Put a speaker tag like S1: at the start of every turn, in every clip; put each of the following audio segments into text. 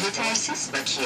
S1: Yetersiz bakiye.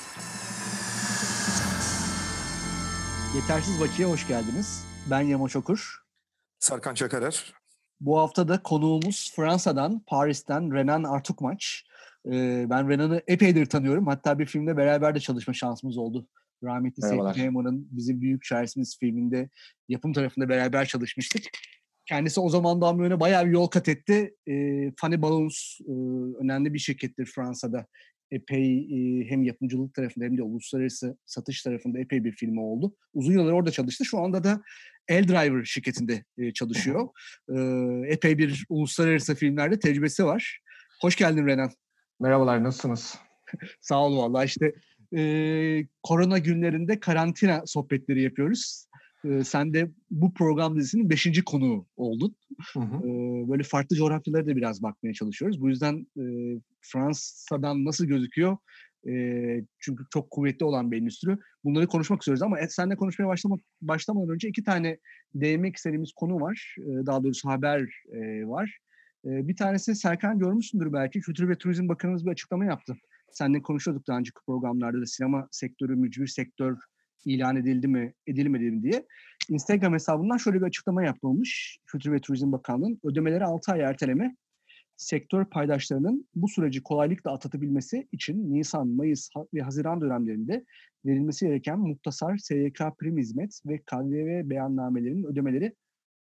S2: Yetersiz Bakiye hoş geldiniz. Ben Yamaç Okur.
S3: Serkan Çakarer.
S2: Bu hafta da konuğumuz Fransa'dan, Paris'ten Renan Artukmaç. Ben Renan'ı epeydir tanıyorum. Hatta bir filmde beraber de çalışma şansımız oldu. Rahmetli Seyfi Ceyman'ın Bizim Büyük Şahirsiniz filminde yapım tarafında beraber çalışmıştık. Kendisi o zamandan böyle bayağı bir yol kat etti. Funny Balloons önemli bir şirkettir Fransa'da. Epey hem yapımcılık tarafında hem de uluslararası satış tarafında epey bir filmi oldu. Uzun yıllar orada çalıştı. Şu anda da L-Driver şirketinde çalışıyor. Epey bir uluslararası filmlerde tecrübesi var. Hoş geldin Renan.
S4: Merhabalar, nasılsınız?
S2: Sağ ol vallahi işte korona günlerinde karantina sohbetleri yapıyoruz. Sen de bu program dizisinin 5. konuğu oldun. Hı hı. Böyle farklı coğrafyalara da biraz bakmaya çalışıyoruz. Bu yüzden Fransa'dan nasıl gözüküyor? Çünkü çok kuvvetli olan bir endüstri. Bunları konuşmak istiyoruz ama seninle konuşmaya başlamadan önce 2 tane değinmek istediğimiz konu var. Daha doğrusu haber var. Bir tanesi Serkan görmüşsündür belki. Kültür ve Turizm Bakanımız bir açıklama yaptı. Seninle konuşuyorduk daha önceki programlarda da sinema sektörü, mücbir sektör ilan edilmedi mi diye. Instagram hesabından şöyle bir açıklama yapılmış. Kültür ve Turizm Bakanlığı'nın ödemeleri 6 ay erteleme, sektör paydaşlarının bu süreci kolaylıkla atlatabilmesi için Nisan, Mayıs ve Haziran dönemlerinde verilmesi gereken muhtasar SYK prim hizmet ve KDV beyannamelerinin ödemeleri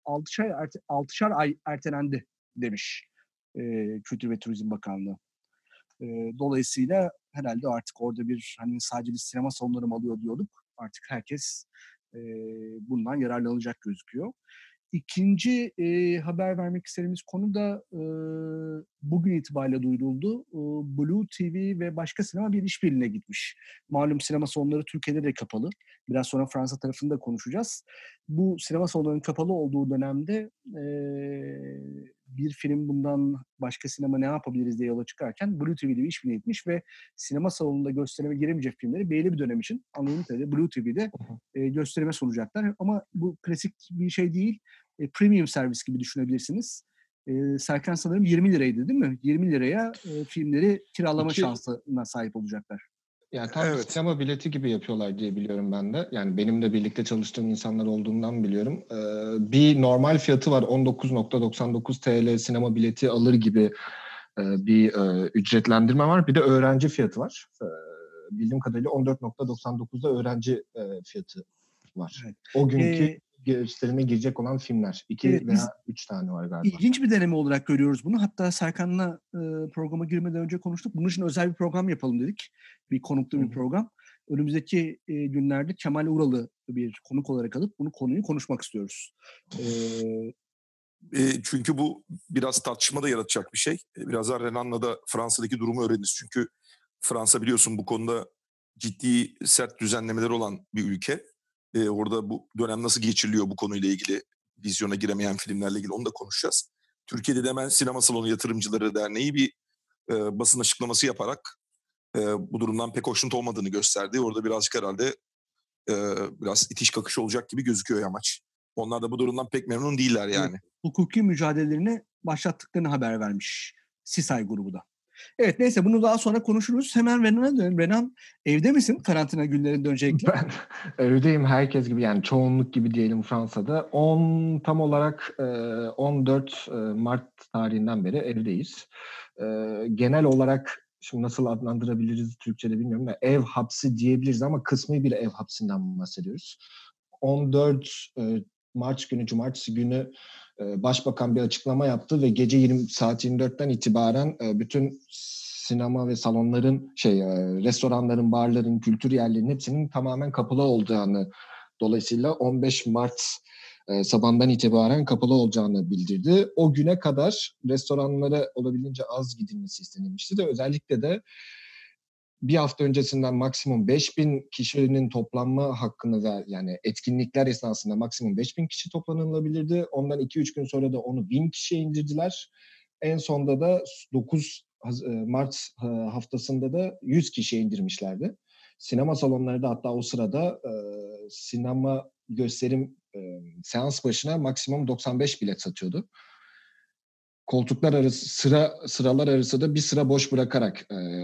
S2: 6'şar ay ertelendi demiş Kültür ve Turizm Bakanlığı. Dolayısıyla herhalde artık orada sadece bir sinema salonları mı alıyor diyorduk. Artık herkes bundan yararlanacak gözüküyor. İkinci haber vermek istediğimiz konu da bugün itibariyle duyuruldu. Blue TV ve başka sinema bir işbirliğine gitmiş. Malum sinema salonları Türkiye'de de kapalı. Biraz sonra Fransa tarafında konuşacağız. Bu sinema salonlarının kapalı olduğu dönemde bir film bundan başka sinema ne yapabiliriz diye yola çıkarken Blue TV'de bir işbirliğine gitmiş ve sinema salonunda gösterime giremeyecek filmleri belli bir dönem için anladığım kadarıyla Blue TV'de gösterime sunacaklar. Ama bu klasik bir şey değil. Premium servis gibi düşünebilirsiniz. Serkan sanırım 20 liraydı değil mi? 20 liraya filmleri kiralama şansına sahip olacaklar.
S4: Yani tam bir sinema bileti gibi yapıyorlar diye biliyorum ben de. Yani benim de birlikte çalıştığım insanlar olduğundan biliyorum. Bir normal fiyatı var, 19.99 TL sinema bileti alır gibi bir ücretlendirme var. Bir de öğrenci fiyatı var. Bildiğim kadarıyla 14.99'da öğrenci fiyatı var. Evet. O günkü gösterime girecek olan filmler. 2 veya 3 tane var galiba.
S2: İlginç bir deneme olarak görüyoruz bunu. Hatta Serkan'la programa girmeden önce konuştuk. Bunun için özel bir program yapalım dedik. Bir konuklu bir program. Önümüzdeki günlerde Kemal Uralı bir konuk olarak alıp konuyu konuşmak istiyoruz.
S3: Çünkü bu biraz tartışma da yaratacak bir şey. Birazdan Renan'la da Fransa'daki durumu öğreniriz. Çünkü Fransa biliyorsun bu konuda ciddi sert düzenlemeler olan bir ülke. Orada bu dönem nasıl geçiriliyor bu konuyla ilgili, vizyona giremeyen filmlerle ilgili onu da konuşacağız. Türkiye'de de hemen Sinema Salonu Yatırımcıları Derneği bir basın açıklaması yaparak bu durumdan pek hoşnut olmadığını gösterdi. Orada birazcık herhalde biraz itiş kakış olacak gibi gözüküyor Yamaç. Onlar da bu durumdan pek memnun değiller yani.
S2: Hukuki mücadelelerini başlattıklarını haber vermiş Sisay grubu da. Evet neyse bunu daha sonra konuşuruz. Hemen Renan'a dönelim. Renan evde misin karantina günlerinde öncelikle?
S4: Ben evdeyim herkes gibi yani çoğunluk gibi diyelim Fransa'da. Tam olarak 14 Mart tarihinden beri evdeyiz. Genel olarak şimdi nasıl adlandırabiliriz Türkçe'de bilmiyorum da ev hapsi diyebiliriz ama kısmi bir ev hapsinden bahsediyoruz. 14 Mart günü, Cumartesi günü Başbakan bir açıklama yaptı ve gece saat 24'ten itibaren bütün sinema ve salonların, restoranların, barların, kültür yerlerinin hepsinin tamamen kapalı olacağını, dolayısıyla 15 Mart sabahından itibaren kapalı olacağını bildirdi. O güne kadar restoranlara olabildiğince az gidilmesi istenilmişti de özellikle de bir hafta öncesinden maksimum 5.000 kişinin toplanma hakkını yani etkinlikler esnasında maksimum 5.000 kişi toplanılabilirdi. Ondan 2-3 gün sonra da onu 1.000 kişiye indirdiler. En sonda da 9 Mart haftasında da 100 kişiye indirmişlerdi. Sinema salonları da hatta o sırada sinema gösterim seans başına maksimum 95 bilet satıyordu. Koltuklar arası sıralar arası da bir sıra boş bırakarak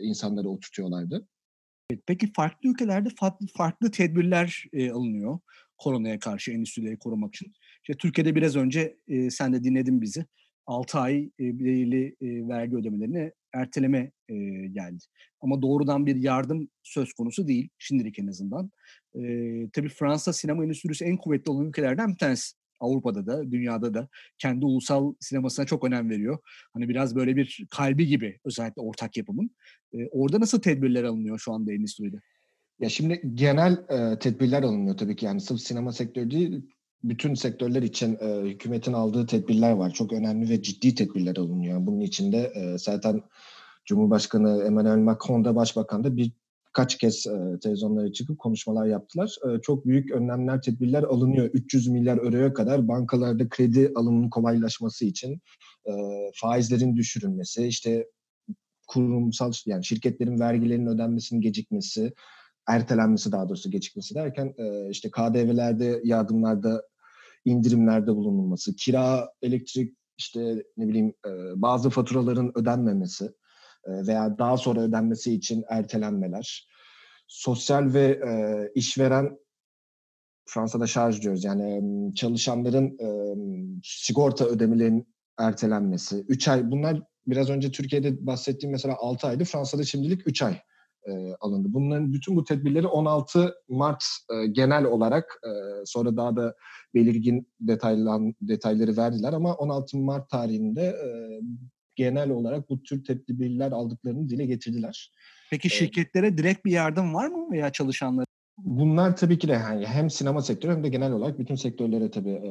S4: insanları oturtuyorlardı.
S2: Peki farklı ülkelerde farklı tedbirler alınıyor koronaya karşı endüstrileri korumak için. İşte Türkiye'de biraz önce sen de dinledin bizi. 6 ay belirli vergi ödemelerine erteleme geldi. Ama doğrudan bir yardım söz konusu değil şimdilik en azından. Tabii Fransa sinema endüstrisi en kuvvetli olan ülkelerden bir tanesi. Avrupa'da da, dünyada da kendi ulusal sinemasına çok önem veriyor. Hani biraz böyle bir kalbi gibi özellikle ortak yapımın. Orada nasıl tedbirler alınıyor şu anda endüstride?
S4: Ya şimdi genel tedbirler alınıyor tabii ki. Yani sırf sinema sektörü değil, bütün sektörler için hükümetin aldığı tedbirler var. Çok önemli ve ciddi tedbirler alınıyor. Bunun içinde zaten Cumhurbaşkanı Emmanuel Macron da Başbakan da birkaç kez televizyonlara çıkıp konuşmalar yaptılar. Çok büyük önlemler, tedbirler alınıyor. 300 milyar euroya kadar bankalarda kredi alımının kolaylaşması için faizlerin düşürülmesi, işte kurumsal yani şirketlerin vergilerinin ödenmesinin gecikmesi, ertelenmesi daha doğrusu gecikmesi derken işte KDV'lerde, yardımlarda, indirimlerde bulunulması, kira, elektrik, işte ne bileyim bazı faturaların ödenmemesi veya daha sonra ödenmesi için ertelenmeler, sosyal ve işveren Fransa'da şarj diyoruz yani çalışanların sigorta ödemelerinin ertelenmesi, 3 ay bunlar biraz önce Türkiye'de bahsettiğim mesela 6 aydı, Fransa'da şimdilik 3 ay alındı. Bunların bütün bu tedbirleri 16 Mart genel olarak sonra daha da belirgin detayları verdiler ama 16 Mart tarihinde genel olarak bu tür tedbirler aldıklarını dile getirdiler.
S2: Peki şirketlere direkt bir yardım var mı veya çalışanlara?
S4: Bunlar tabii ki de yani hem sinema sektörü hem de genel olarak bütün sektörlere tabii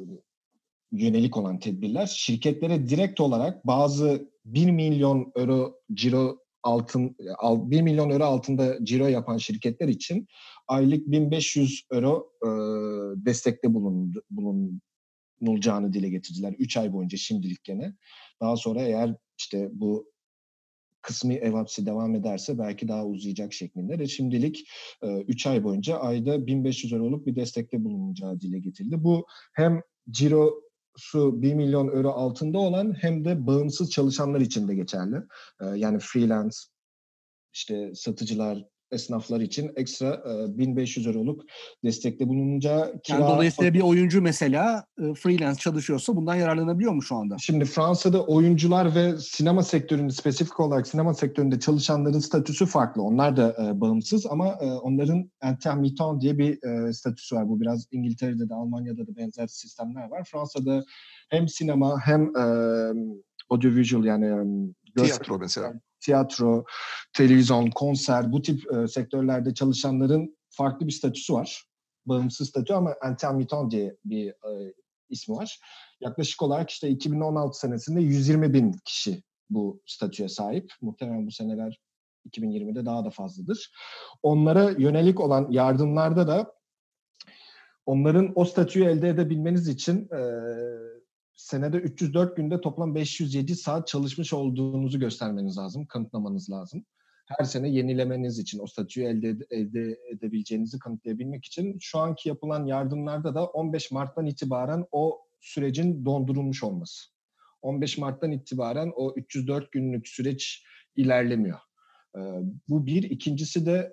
S4: yönelik olan tedbirler. Şirketlere direkt olarak bazı 1 milyon euro ciro 1 milyon euro altında ciro yapan şirketler için aylık 1500 euro destekte bulunulacağını dile getirdiler. 3 ay boyunca şimdilik gene. Daha sonra eğer işte bu kısmi ev hapsi devam ederse belki daha uzayacak şeklinde de şimdilik 3 ay boyunca ayda 1500 euroluk bir destekte bulunacağı dile getirildi. Bu hem cirosu 1 milyon euro altında olan hem de bağımsız çalışanlar için de geçerli. Yani freelance, işte satıcılar, esnaflar için ekstra 1500 euroluk destekte bulunacağı
S2: Yani dolayısıyla bir oyuncu mesela freelance çalışıyorsa bundan yararlanabiliyor mu şu anda?
S4: Şimdi Fransa'da oyuncular ve sinema sektöründe spesifik olarak sinema sektöründe çalışanların statüsü farklı. Onlar da bağımsız ama onların intermittent diye bir statüsü var. Bu biraz İngiltere'de de Almanya'da da benzer sistemler var. Fransa'da hem sinema hem audiovisual yani
S3: tiyatro mesela.
S4: Tiyatro, televizyon, konser bu tip sektörlerde çalışanların farklı bir statüsü var. Bağımsız statü ama intermittent diye bir ismi var. Yaklaşık olarak işte 2016 senesinde 120 bin kişi bu statüye sahip. Muhtemelen bu seneler 2020'de daha da fazladır. Onlara yönelik olan yardımlarda da onların o statüyü elde edebilmeniz için senede 304 günde toplam 507 saat çalışmış olduğunuzu göstermeniz lazım, kanıtlamanız lazım. Her sene yenilemeniz için, o statüyü elde edebileceğinizi kanıtlayabilmek için şu anki yapılan yardımlarda da 15 Mart'tan itibaren o sürecin dondurulmuş olması. 15 Mart'tan itibaren o 304 günlük süreç ilerlemiyor. Bu bir. İkincisi de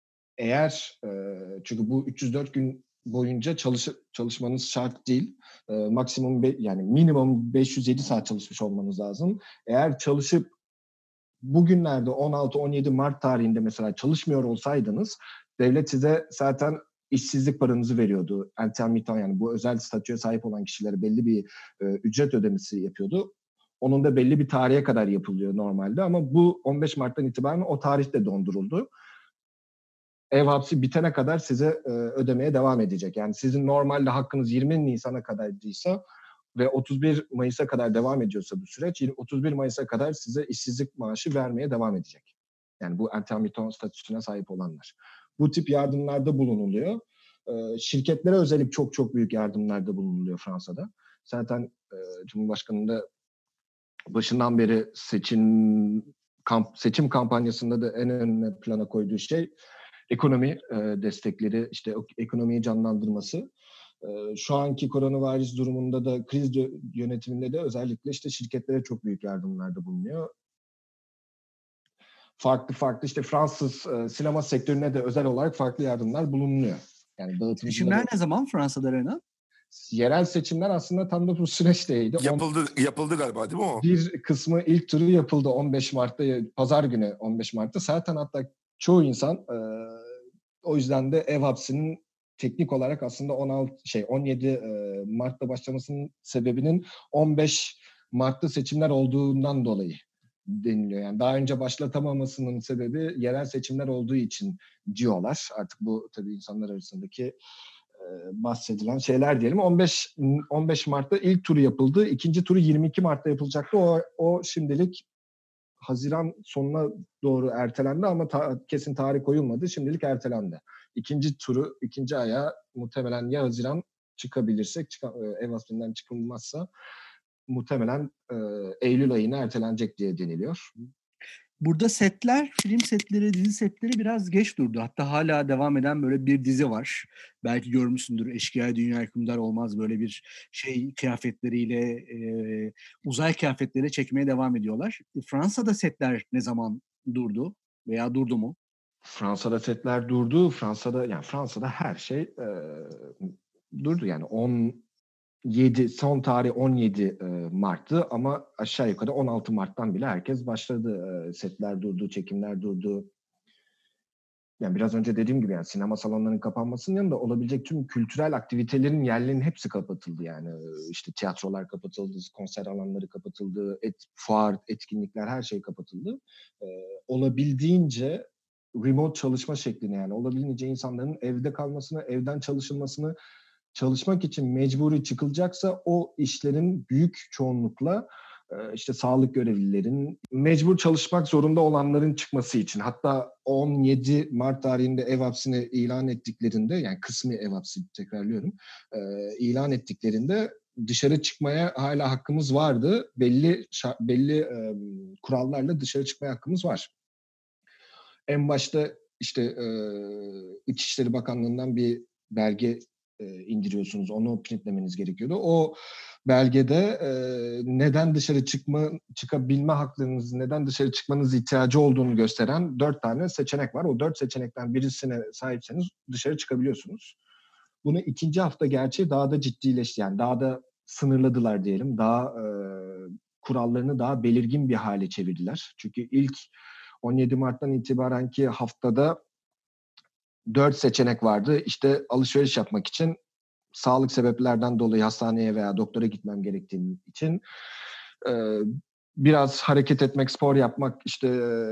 S4: eğer, çünkü bu 304 gün boyunca çalışmanız şart değil. Maksimum yani minimum 507 saat çalışmış olmanız lazım. Eğer çalışıp bugünlerde 16-17 Mart tarihinde mesela çalışmıyor olsaydınız devlet size zaten işsizlik paranızı veriyordu. Intermittent yani bu özel statüye sahip olan kişilere belli bir ücret ödemesi yapıyordu. Onun da belli bir tarihe kadar yapılıyor normalde ama bu 15 Mart'tan itibaren o tarihte donduruldu. Ev hapsi bitene kadar size ödemeye devam edecek. Yani sizin normalde hakkınız 20 Nisan'a kadardıysa ve 31 Mayıs'a kadar devam ediyorsa bu süreç, 31 Mayıs'a kadar size işsizlik maaşı vermeye devam edecek. Yani bu intermittent statüsüne sahip olanlar. Bu tip yardımlarda bulunuluyor. Şirketlere özellikle çok çok büyük yardımlarda bulunuluyor Fransa'da. Zaten Cumhurbaşkanı da başından beri seçim kampanyasında da en önüne plana koyduğu şey ekonomi destekleri, işte ekonomiyi canlandırması. Şu anki koronavirüs durumunda da kriz yönetiminde de özellikle işte şirketlere çok büyük yardımlarda bulunuyor. farklı işte Fransız sinema sektörüne de özel olarak farklı yardımlar bulunuyor. Yani dağıtımcıları...
S2: Seçimler ne zaman Fransa'da, Renan?
S4: Yerel seçimler aslında tam da bu süreçteydi.
S3: Yapıldı galiba, değil mi o?
S4: Bir kısmı, ilk turu yapıldı 15 Mart'ta, pazar günü 15 Mart'ta. Zaten hatta çoğu insan o yüzden de ev hapsinin teknik olarak aslında 17 Mart'ta başlamasının sebebinin 15 Mart'ta seçimler olduğundan dolayı deniliyor. Yani daha önce başlatamamasının sebebi yerel seçimler olduğu için diyorlar. Artık bu tabii insanlar arasındaki bahsedilen şeyler diyelim. 15 Mart'ta ilk turu yapıldı. İkinci turu 22 Mart'ta yapılacaktı. O şimdilik Haziran sonuna doğru ertelendi ama kesin tarih koyulmadı. Şimdilik ertelendi. İkinci aya muhtemelen ya Haziran çıkabilirsek, ev hapsinden çıkılmazsa muhtemelen Eylül ayına ertelenecek diye deniliyor.
S2: Burada setler, film setleri, dizi setleri biraz geç durdu. Hatta hala devam eden böyle bir dizi var. Belki görmüşsündür. Eşkıya Dünya Hükümdar Olmaz, böyle bir kıyafetleriyle, uzay kıyafetleriyle çekmeye devam ediyorlar. Fransa'da setler ne zaman durdu veya durdu mu?
S4: Fransa'da setler durdu. Fransa'da her şey durdu. Yani son tarih 17 Mart'tı ama aşağı yukarı 16 Mart'tan bile herkes başladı. Setler durdu, çekimler durdu. Yani biraz önce dediğim gibi, yani sinema salonlarının kapanmasının yanında olabilecek tüm kültürel aktivitelerin yerlerinin hepsi kapatıldı. Yani işte tiyatrolar kapatıldı, konser alanları kapatıldı, fuar, etkinlikler, her şey kapatıldı. Olabildiğince remote çalışma şeklini, yani olabildiğince insanların evde kalmasını, evden çalışılmasını, çalışmak için mecburi çıkılacaksa o işlerin büyük çoğunlukla işte sağlık görevlilerin, mecbur çalışmak zorunda olanların çıkması için, hatta 17 Mart tarihinde ev hapsini ilan ettiklerinde, yani kısmi ev hapsi, tekrarlıyorum, ilan ettiklerinde dışarı çıkmaya hala hakkımız vardı. Belli kurallarla dışarı çıkmaya hakkımız var. En başta işte İçişleri Bakanlığı'ndan bir belge indiriyorsunuz. Onu printlemeniz gerekiyordu. O belgede neden dışarı çıkabilme haklarınız, neden dışarı çıkmanız ihtiyacı olduğunu gösteren 4 tane seçenek var. O 4 seçenekten birisine sahipseniz dışarı çıkabiliyorsunuz. Bunu ikinci hafta gerçi daha da ciddileşti. Yani daha da sınırladılar diyelim. Daha kurallarını daha belirgin bir hale çevirdiler. Çünkü ilk 17 Mart'tan itibarenki haftada 4 seçenek vardı. İşte alışveriş yapmak için, sağlık sebeplerden dolayı hastaneye veya doktora gitmem gerektiği için, biraz hareket etmek, spor yapmak, işte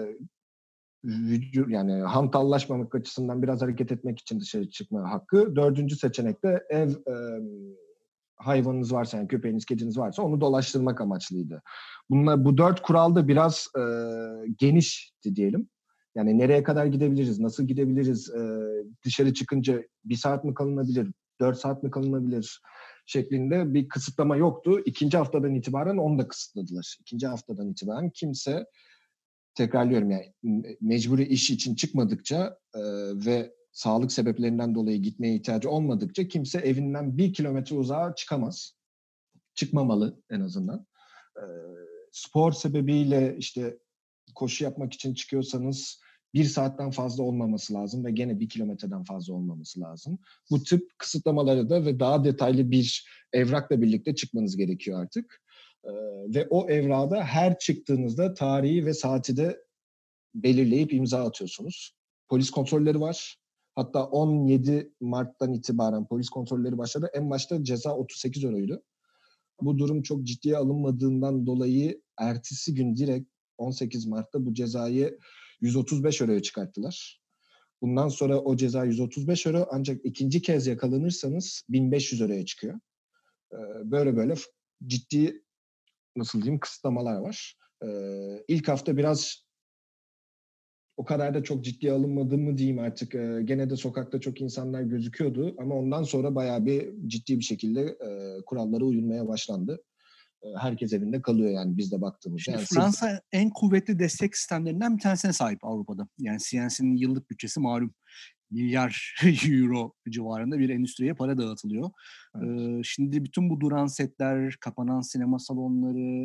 S4: yani hantallaşmamak açısından biraz hareket etmek için dışarı çıkma hakkı. 4. seçenekte hayvanınız varsa, yani köpeğiniz, kediniz varsa onu dolaştırmak amaçlıydı. Bu 4 kural da biraz genişti diyelim. Yani nereye kadar gidebiliriz, nasıl gidebiliriz, dışarı çıkınca 1 saat mi kalınabilir, 4 saat mi kalınabilir şeklinde bir kısıtlama yoktu. İkinci haftadan itibaren onu da kısıtladılar. İkinci haftadan itibaren kimse, tekrarlıyorum, yani mecburi iş için çıkmadıkça ve sağlık sebeplerinden dolayı gitmeye ihtiyacı olmadıkça kimse evinden 1 kilometre uzağa çıkamaz. Çıkmamalı en azından. Spor sebebiyle işte koşu yapmak için çıkıyorsanız 1 saatten fazla olmaması lazım ve gene 1 kilometreden fazla olmaması lazım. Bu tip kısıtlamaları da ve daha detaylı bir evrakla birlikte çıkmanız gerekiyor artık. Ve o evrağı her çıktığınızda tarihi ve saati de belirleyip imza atıyorsunuz. Polis kontrolleri var. Hatta 17 Mart'tan itibaren polis kontrolleri başladı. En başta ceza 38 euroydu. Bu durum çok ciddiye alınmadığından dolayı ertesi gün direkt 18 Mart'ta bu cezayı 135 euroya çıkarttılar. Bundan sonra o ceza 135 euro, ancak ikinci kez yakalanırsanız 1500 euroya çıkıyor. Böyle ciddi, nasıl diyeyim, kısıtlamalar var. İlk hafta biraz o kadar da çok ciddiye alınmadı mı diyeyim artık. Gene de sokakta çok insanlar gözüküyordu ama ondan sonra bayağı bir ciddi bir şekilde kurallara uyulmaya başlandı. Herkes evinde kalıyor yani, biz de baktığımızda.
S2: Şimdi
S4: Yani
S2: Fransa en kuvvetli destek sistemlerinden bir tanesine sahip Avrupa'da. Yani CNC'nin yıllık bütçesi malum milyar euro civarında bir endüstriye para dağıtılıyor. Evet. Şimdi bütün bu duran setler, kapanan sinema salonları,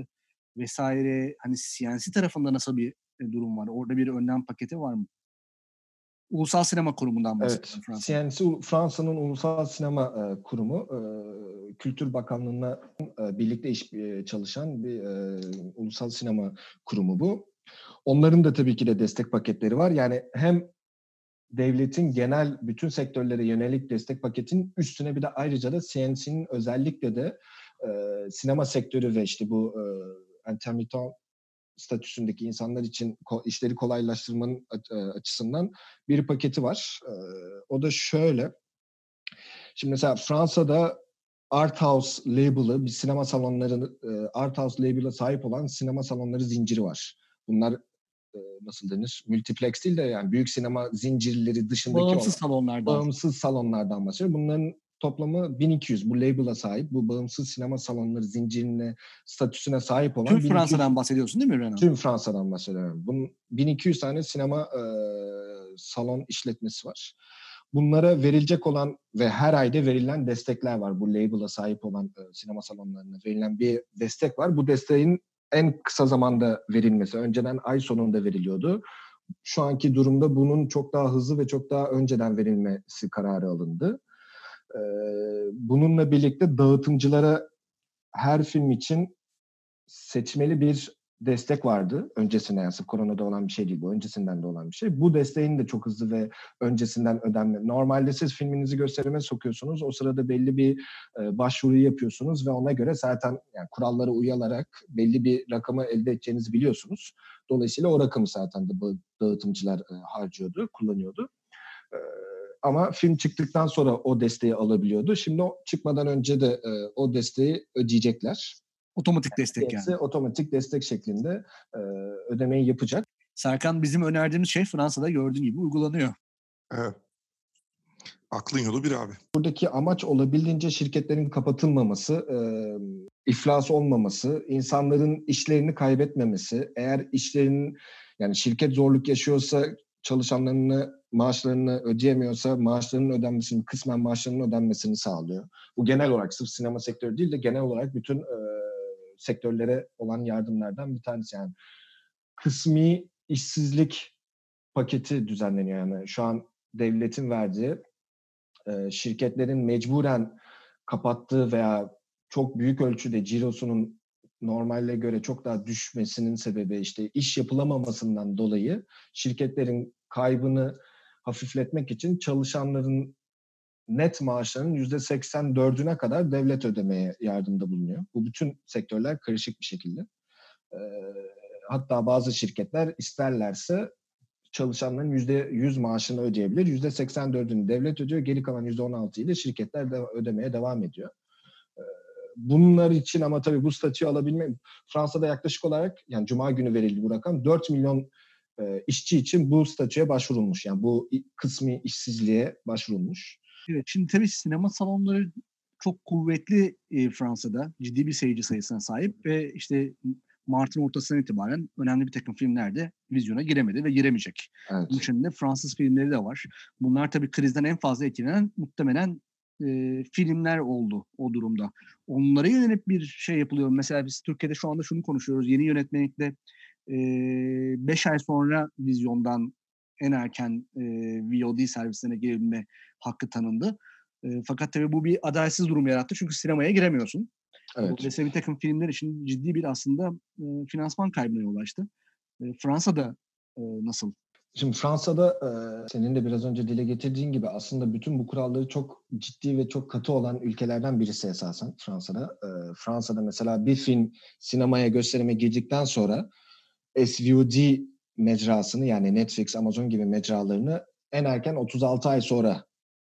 S2: vesaire, hani CNC tarafında nasıl bir durum var? Orada bir önlem paketi var mı? Ulusal Sinema Kurumu'ndan bahsediyorum,
S4: Evet,
S2: Fransa'da.
S4: CNC Fransa'nın Ulusal Sinema Kurumu, Kültür Bakanlığı'na birlikte çalışan bir ulusal sinema kurumu bu. Onların da tabii ki de destek paketleri var. Yani hem devletin genel bütün sektörlere yönelik destek paketinin üstüne bir de ayrıca da CNC'nin özellikle de sinema sektörü ve işte bu intermittent statüsündeki insanlar için işleri kolaylaştırmanın açısından bir paketi var. O da şöyle. Şimdi mesela Fransa'da Art House label'ı, bir sinema salonları, Art House label'a sahip olan sinema salonları zinciri var. Bunlar nasıl denir? Multiplex değil de yani büyük sinema zincirleri dışındaki
S2: Bağımsız
S4: olan
S2: salonlardan.
S4: bağımsız salonlardan bahsediyor. Bunların toplamı 1200. Bu label'a sahip, bu bağımsız sinema salonları zincirine, statüsüne sahip olan
S2: Tüm
S4: 1200.
S2: Fransa'dan bahsediyorsun değil mi Renan?
S4: Tüm Fransa'dan bahsediyorum. Bunun 1200 tane sinema salon işletmesi var. Bunlara verilecek olan ve her ayda verilen destekler var. Bu label'a sahip olan sinema salonlarına verilen bir destek var. Bu desteğin en kısa zamanda verilmesi. Önceden ay sonunda veriliyordu. Şu anki durumda bunun çok daha hızlı ve çok daha önceden verilmesi kararı alındı. Bununla birlikte dağıtımcılara her film için seçmeli bir destek vardı öncesinde, yani koronada olan bir şey değil bu, öncesinden de olan bir şey. Bu desteğin de çok hızlı ve öncesinden ödenme. Normalde siz filminizi gösterime sokuyorsunuz, o sırada belli bir başvuruyu yapıyorsunuz ve ona göre zaten yani kurallara uyularak belli bir rakamı elde edeceğinizi biliyorsunuz. Dolayısıyla o rakamı zaten de dağıtımcılar harcıyordu, kullanıyordu. Ama film çıktıktan sonra o desteği alabiliyordu. Şimdi o çıkmadan önce de o desteği ödeyecekler.
S2: Otomatik destek yani.
S4: Otomatik destek şeklinde ödemeyi yapacak.
S2: Serkan, bizim önerdiğimiz şey Fransa'da gördüğün gibi uygulanıyor.
S3: Evet. Aklın yolu bir abi.
S4: Buradaki amaç olabildiğince şirketlerin kapatılmaması, iflas olmaması, insanların işlerini kaybetmemesi. Eğer işlerinin, yani şirket zorluk yaşıyorsa, çalışanlarını maaşlarını ödeyemiyorsa maaşlarının ödenmesini, kısmen maaşlarının ödenmesini sağlıyor. Bu genel olarak sırf sinema sektörü değil de genel olarak bütün sektörlere olan yardımlardan bir tanesi. Yani kısmi işsizlik paketi düzenleniyor. Yani şu an devletin verdiği, şirketlerin mecburen kapattığı veya çok büyük ölçüde cirosunun normale göre çok daha düşmesinin sebebi işte iş yapılamamasından dolayı şirketlerin kaybını hafifletmek için çalışanların net maaşlarının %84'üne kadar devlet ödemeye yardımda bulunuyor. Bu bütün sektörler karışık bir şekilde. Hatta bazı şirketler isterlerse çalışanların %100 maaşını ödeyebilir. %84'ünü devlet ödüyor. Geri kalan %16'yı da şirketler de ödemeye devam ediyor. Bunlar için ama tabii bu statüyü alabilmek, Fransa'da yaklaşık olarak, yani Cuma günü verildi bu rakam, 4 milyon işçi için bu statüye başvurulmuş. Yani bu kısmi işsizliğe başvurulmuş.
S2: Evet, şimdi tabii sinema salonları çok kuvvetli Fransa'da. Ciddi bir seyirci sayısına sahip ve işte Mart'ın ortasından itibaren önemli bir takım filmler de vizyona giremedi ve giremeyecek.
S4: Evet.
S2: Bunun içinde Fransız filmleri de var. Bunlar tabii krizden en fazla etkilenen muhtemelen filmler oldu o durumda. Onlara yönelik bir şey yapılıyor. Mesela biz Türkiye'de şu anda şunu konuşuyoruz. Yeni yönetmelikle 5 ay sonra vizyondan en erken VOD servislerine girebilme hakkı tanındı. Fakat tabii bu bir adaletsiz durum yarattı. Çünkü sinemaya giremiyorsun.
S4: Evet.
S2: Dolayısıyla bir takım filmler için ciddi bir aslında finansman kaybına yol açtı. Fransa'da nasıl?
S4: Şimdi Fransa'da senin de biraz önce dile getirdiğin gibi aslında bütün bu kuralları çok ciddi ve çok katı olan ülkelerden birisi esasen Fransa'da. Fransa'da mesela bir film sinemaya gösterime girdikten sonra SVOD mecrasını, yani Netflix, Amazon gibi mecralarını en erken 36 ay sonra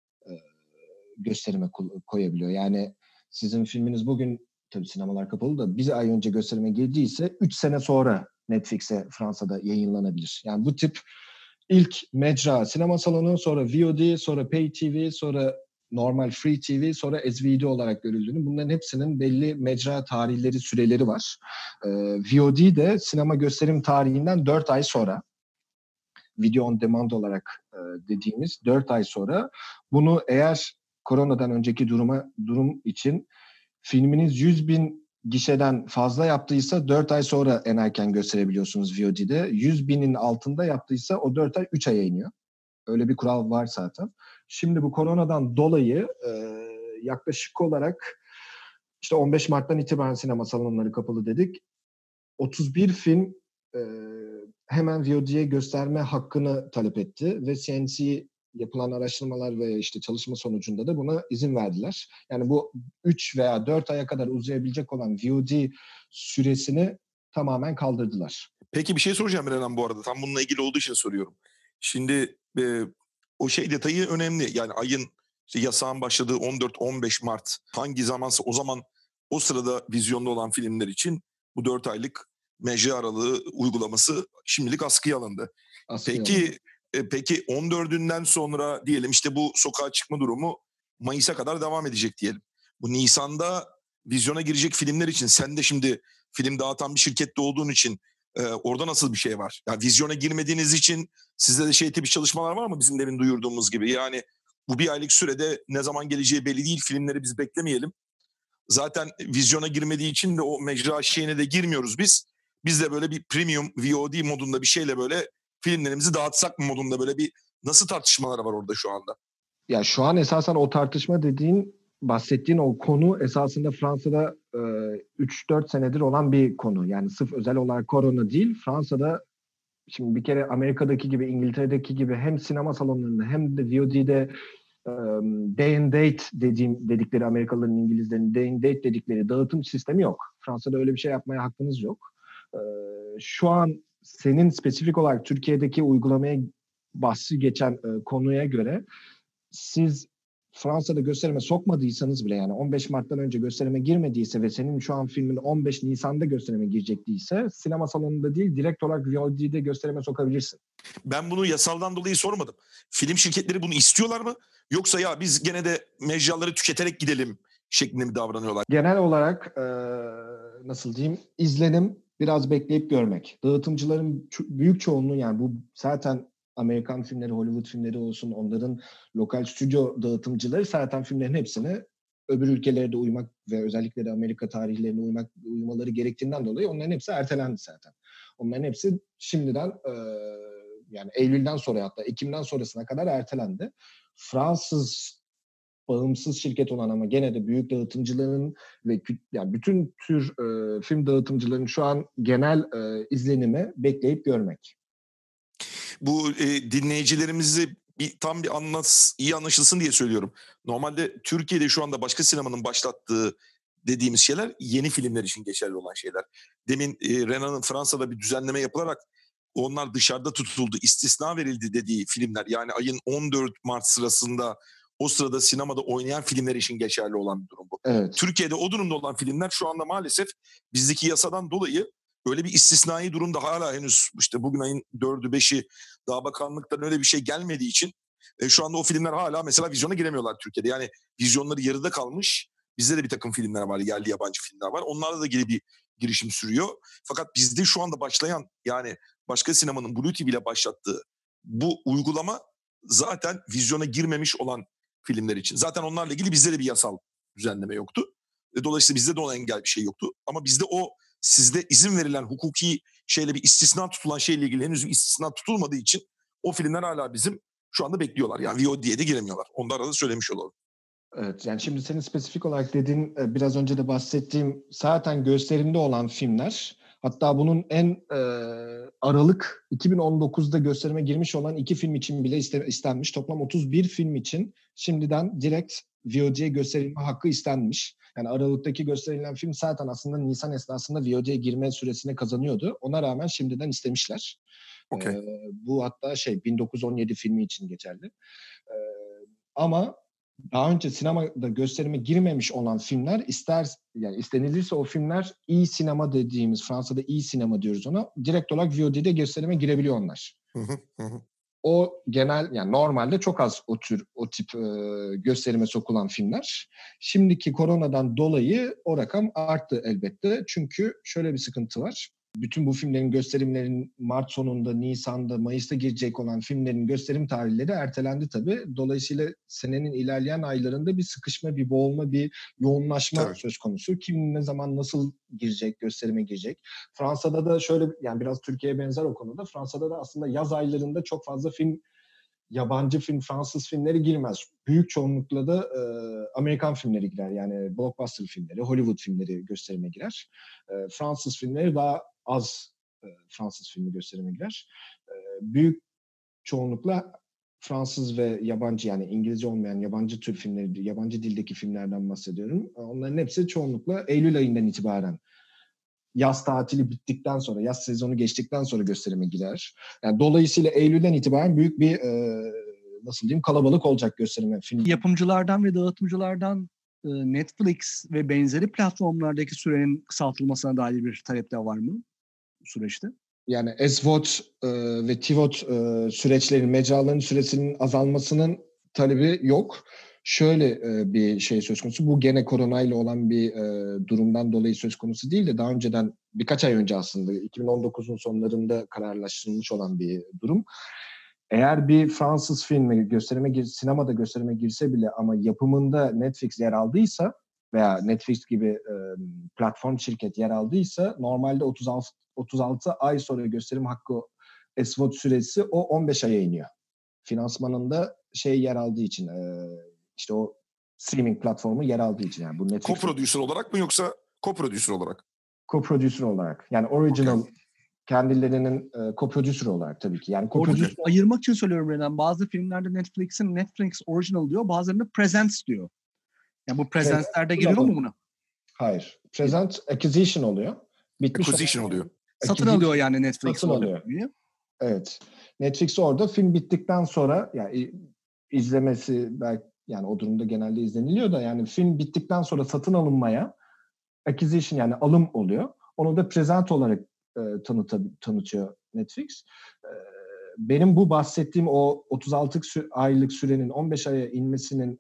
S4: gösterime koyabiliyor. Yani sizin filminiz bugün, tabii sinemalar kapalı da, bir ay önce gösterime girdiyse 3 sene sonra Netflix'e Fransa'da yayınlanabilir. Yani bu tip ilk mecra sinema salonu, sonra VOD, sonra Pay TV, sonra normal Free TV, sonra SVOD olarak görüldüğünü, bunların hepsinin belli mecra tarihleri, süreleri var. VOD de sinema gösterim tarihinden 4 ay sonra, video on demand olarak dediğimiz 4 ay sonra, bunu eğer koronadan önceki durum için filminiz 100.000 gişeden fazla yaptıysa 4 ay sonra en erken gösterebiliyorsunuz VOD'de. 100 binin altında yaptıysa o 4 ay 3 aya iniyor. Öyle bir kural var zaten. Şimdi bu koronadan dolayı yaklaşık olarak işte 15 Mart'tan itibaren sinema salonları kapalı dedik. 31 film hemen VOD'ye gösterme hakkını talep etti ve CNC yapılan araştırmalar ve işte çalışma sonucunda da buna izin verdiler. Yani bu 3 veya 4 aya kadar uzayabilecek olan VOD süresini tamamen kaldırdılar.
S3: Peki bir şey soracağım Renan bu arada. Tam bununla ilgili olduğu için soruyorum. Şimdi o şey detayı önemli. Yani ayın işte yasağın başladığı 14-15 Mart hangi zamansa o zaman o sırada vizyonda olan filmler için bu 4 aylık mecra aralığı uygulaması şimdilik askıya alındı. Peki 14'ünden sonra diyelim işte bu sokağa çıkma durumu Mayıs'a kadar devam edecek diyelim. Bu Nisan'da vizyona girecek filmler için sen de şimdi film dağıtan bir şirkette olduğun için orada nasıl bir şey var? Yani vizyona girmediğiniz için sizde de şey tipi çalışmalar var mı bizim demin duyurduğumuz gibi? Yani bu bir aylık sürede ne zaman geleceği belli değil. Filmleri biz beklemeyelim. Zaten vizyona girmediği için de o mecra şeyine de girmiyoruz biz. Biz de böyle bir premium VOD modunda bir şeyle böyle filmlerimizi dağıtsak mı modunda böyle bir nasıl tartışmalar var orada şu anda?
S4: Ya şu an esasen o tartışma bahsettiğin o konu esasında Fransa'da 3-4 senedir olan bir konu. Yani sırf özel olarak korona değil. Fransa'da şimdi bir kere Amerika'daki gibi, İngiltere'deki gibi hem sinema salonlarında hem de VOD'de day and date dedikleri Amerikalıların, İngilizlerin day and date dedikleri dağıtım sistemi yok. Fransa'da öyle bir şey yapmaya hakkınız yok. Şu an senin spesifik olarak Türkiye'deki uygulamaya bahsi geçen konuya göre siz Fransa'da gösterime sokmadıysanız bile yani 15 Mart'tan önce gösterime girmediyse ve senin şu an filmin 15 Nisan'da gösterime girecek değilse sinema salonunda değil direkt olarak VOD'de gösterime sokabilirsin.
S3: Ben bunu yasaldan dolayı sormadım. Film şirketleri bunu istiyorlar mı? Yoksa ya biz gene de mecraları tüketerek gidelim şeklinde mi davranıyorlar?
S4: Genel olarak nasıl diyeyim izlenim biraz bekleyip görmek. Dağıtımcıların büyük çoğunluğu yani bu zaten Amerikan filmleri, Hollywood filmleri olsun onların lokal stüdyo dağıtımcıları zaten filmlerin hepsini öbür ülkelere de uymak ve özellikle de Amerika tarihlerine uymaları gerektiğinden dolayı onların hepsi ertelendi zaten. Onların hepsi şimdiden yani Eylül'den sonra hatta Ekim'den sonrasına kadar ertelendi. Fransız bağımsız şirket olan ama gene de büyük dağıtımcıların ve yani bütün tür film dağıtımcıların şu an genel izlenimi bekleyip görmek.
S3: Bu dinleyicilerimizi tam bir iyi anlaşılsın diye söylüyorum. Normalde Türkiye'de şu anda başka sinemanın başlattığı dediğimiz şeyler yeni filmler için geçerli olan şeyler. Demin Renan'ın Fransa'da bir düzenleme yapılarak onlar dışarıda tutuldu, istisna verildi dediği filmler. Yani ayın 14 Mart sırasında o sırada sinemada oynayan filmler için geçerli olan bir durum bu.
S4: Evet.
S3: Türkiye'de o durumda olan filmler şu anda maalesef bizdeki yasadan dolayı öyle bir istisnai durumda hala henüz işte bugün ayın 4'ü 5'i daha bakanlıktan öyle bir şey gelmediği için şu anda o filmler hala mesela vizyona giremiyorlar Türkiye'de. Yani vizyonları yarıda kalmış. Bizde de bir takım filmler var, yerli yabancı filmler var. Onlarla da ilgili bir girişim sürüyor. Fakat bizde şu anda başlayan yani başka sinemanın Blue TV ile başlattığı bu uygulama zaten vizyona girmemiş olan filmler için. Zaten onlarla ilgili bizde de bir yasal düzenleme yoktu. Dolayısıyla bizde de ona engel bir şey yoktu. Ama bizde o sizde izin verilen hukuki şeyle bir istisna tutulan şeyle ilgili henüz bir istisna tutulmadığı için o filmler hala bizim şu anda bekliyorlar. Yani VOD'ye de giremiyorlar. Onu da arada söylemiş olalım.
S4: Evet yani şimdi senin spesifik olarak dediğin biraz önce de bahsettiğim zaten gösterimde olan filmler hatta bunun en Aralık 2019'da gösterime girmiş olan 2 film için bile istenmiş. Toplam 31 film için şimdiden direkt VOD'ye gösterilme hakkı istenmiş. Yani Aralık'taki gösterilen film zaten aslında Nisan esnasında VOD'ye girme süresine kazanıyordu. Ona rağmen şimdiden istemişler.
S3: Okay.
S4: Bu hatta 1917 filmi için geçerli. Ama daha önce sinemada gösterime girmemiş olan filmler yani istenilirse o filmler iyi sinema dediğimiz Fransa'da iyi sinema diyoruz ona. Direkt olarak VOD'de gösterime girebiliyor onlar. O genel yani normalde çok az o tip gösterime sokulan filmler. Şimdiki koronadan dolayı o rakam arttı elbette. Çünkü şöyle bir sıkıntı var. bütün bu filmlerin gösterimlerin Mart sonunda, Nisan'da, Mayıs'ta girecek olan filmlerin gösterim tarihleri ertelendi tabii. Dolayısıyla senenin ilerleyen aylarında bir sıkışma, bir boğulma, bir yoğunlaşma söz konusu. Kim ne zaman nasıl girecek, gösterime girecek. Fransa'da da şöyle, yani biraz Türkiye'ye benzer o konuda. Fransa'da da aslında yaz aylarında çok fazla film, yabancı film, Fransız filmleri girmez. Büyük çoğunlukla da Amerikan filmleri girer. Yani blockbuster filmleri, Hollywood filmleri gösterime girer. Fransız filmleri daha az Fransız filmi gösterime girer. Büyük çoğunlukla Fransız ve yabancı, yani İngilizce olmayan yabancı tür filmleri, yabancı dildeki filmlerden bahsediyorum. Onların hepsi çoğunlukla Eylül ayından itibaren, yaz tatili bittikten sonra, yaz sezonu geçtikten sonra gösterime girer. Yani dolayısıyla Eylül'den itibaren büyük bir nasıl diyeyim, kalabalık olacak gösterime. Film.
S2: Yapımcılardan ve dağıtımcılardan Netflix ve benzeri platformlardaki sürenin kısaltılmasına dair bir talep de var mı bu süreçte?
S4: Yani SVOD ve TVOD süreçlerin, mecraların süresinin azalmasının talebi yok. Şöyle bir şey söz konusu. Bu gene koronayla olan bir durumdan dolayı söz konusu değil de daha önceden, birkaç ay önce aslında 2019'un sonlarında kararlaştırılmış olan bir durum. Eğer bir Fransız filmi sinemada gösterime girse bile ama yapımında Netflix yer aldıysa veya Netflix gibi platform şirket yer aldıysa, normalde 36 ay sonra gösterim hakkı SVOD süresi o 15 aya iniyor. Finansmanında yer aldığı için, işte o streaming platformu yer aldığı için, yani bu Netflix.
S3: Co-prodüser olarak mı yoksa co-prodüser olarak?
S4: Co-prodüser olarak. Yani original kendilerinin co-prodüser olarak tabii ki. Yani
S2: co-prodüser ayırmak için söylüyorum Renan. Bazı filmlerde Netflix original diyor, bazılarında presents diyor. Yani bu presents'lerde giriyor mu buna?
S4: Hayır. Present acquisition oluyor.
S3: Acquisition oluyor.
S2: Satın alıyor yani Netflix.
S4: Satın alıyor. Evet. Netflix orada film bittikten sonra, yani izlemesi belki, yani o durumda genelde izleniliyor da, yani film bittikten sonra satın alınmaya acquisition, yani alım oluyor. Onu da present olarak tanıtıyor Netflix. Benim bu bahsettiğim o 36 aylık sürenin 15 aya inmesinin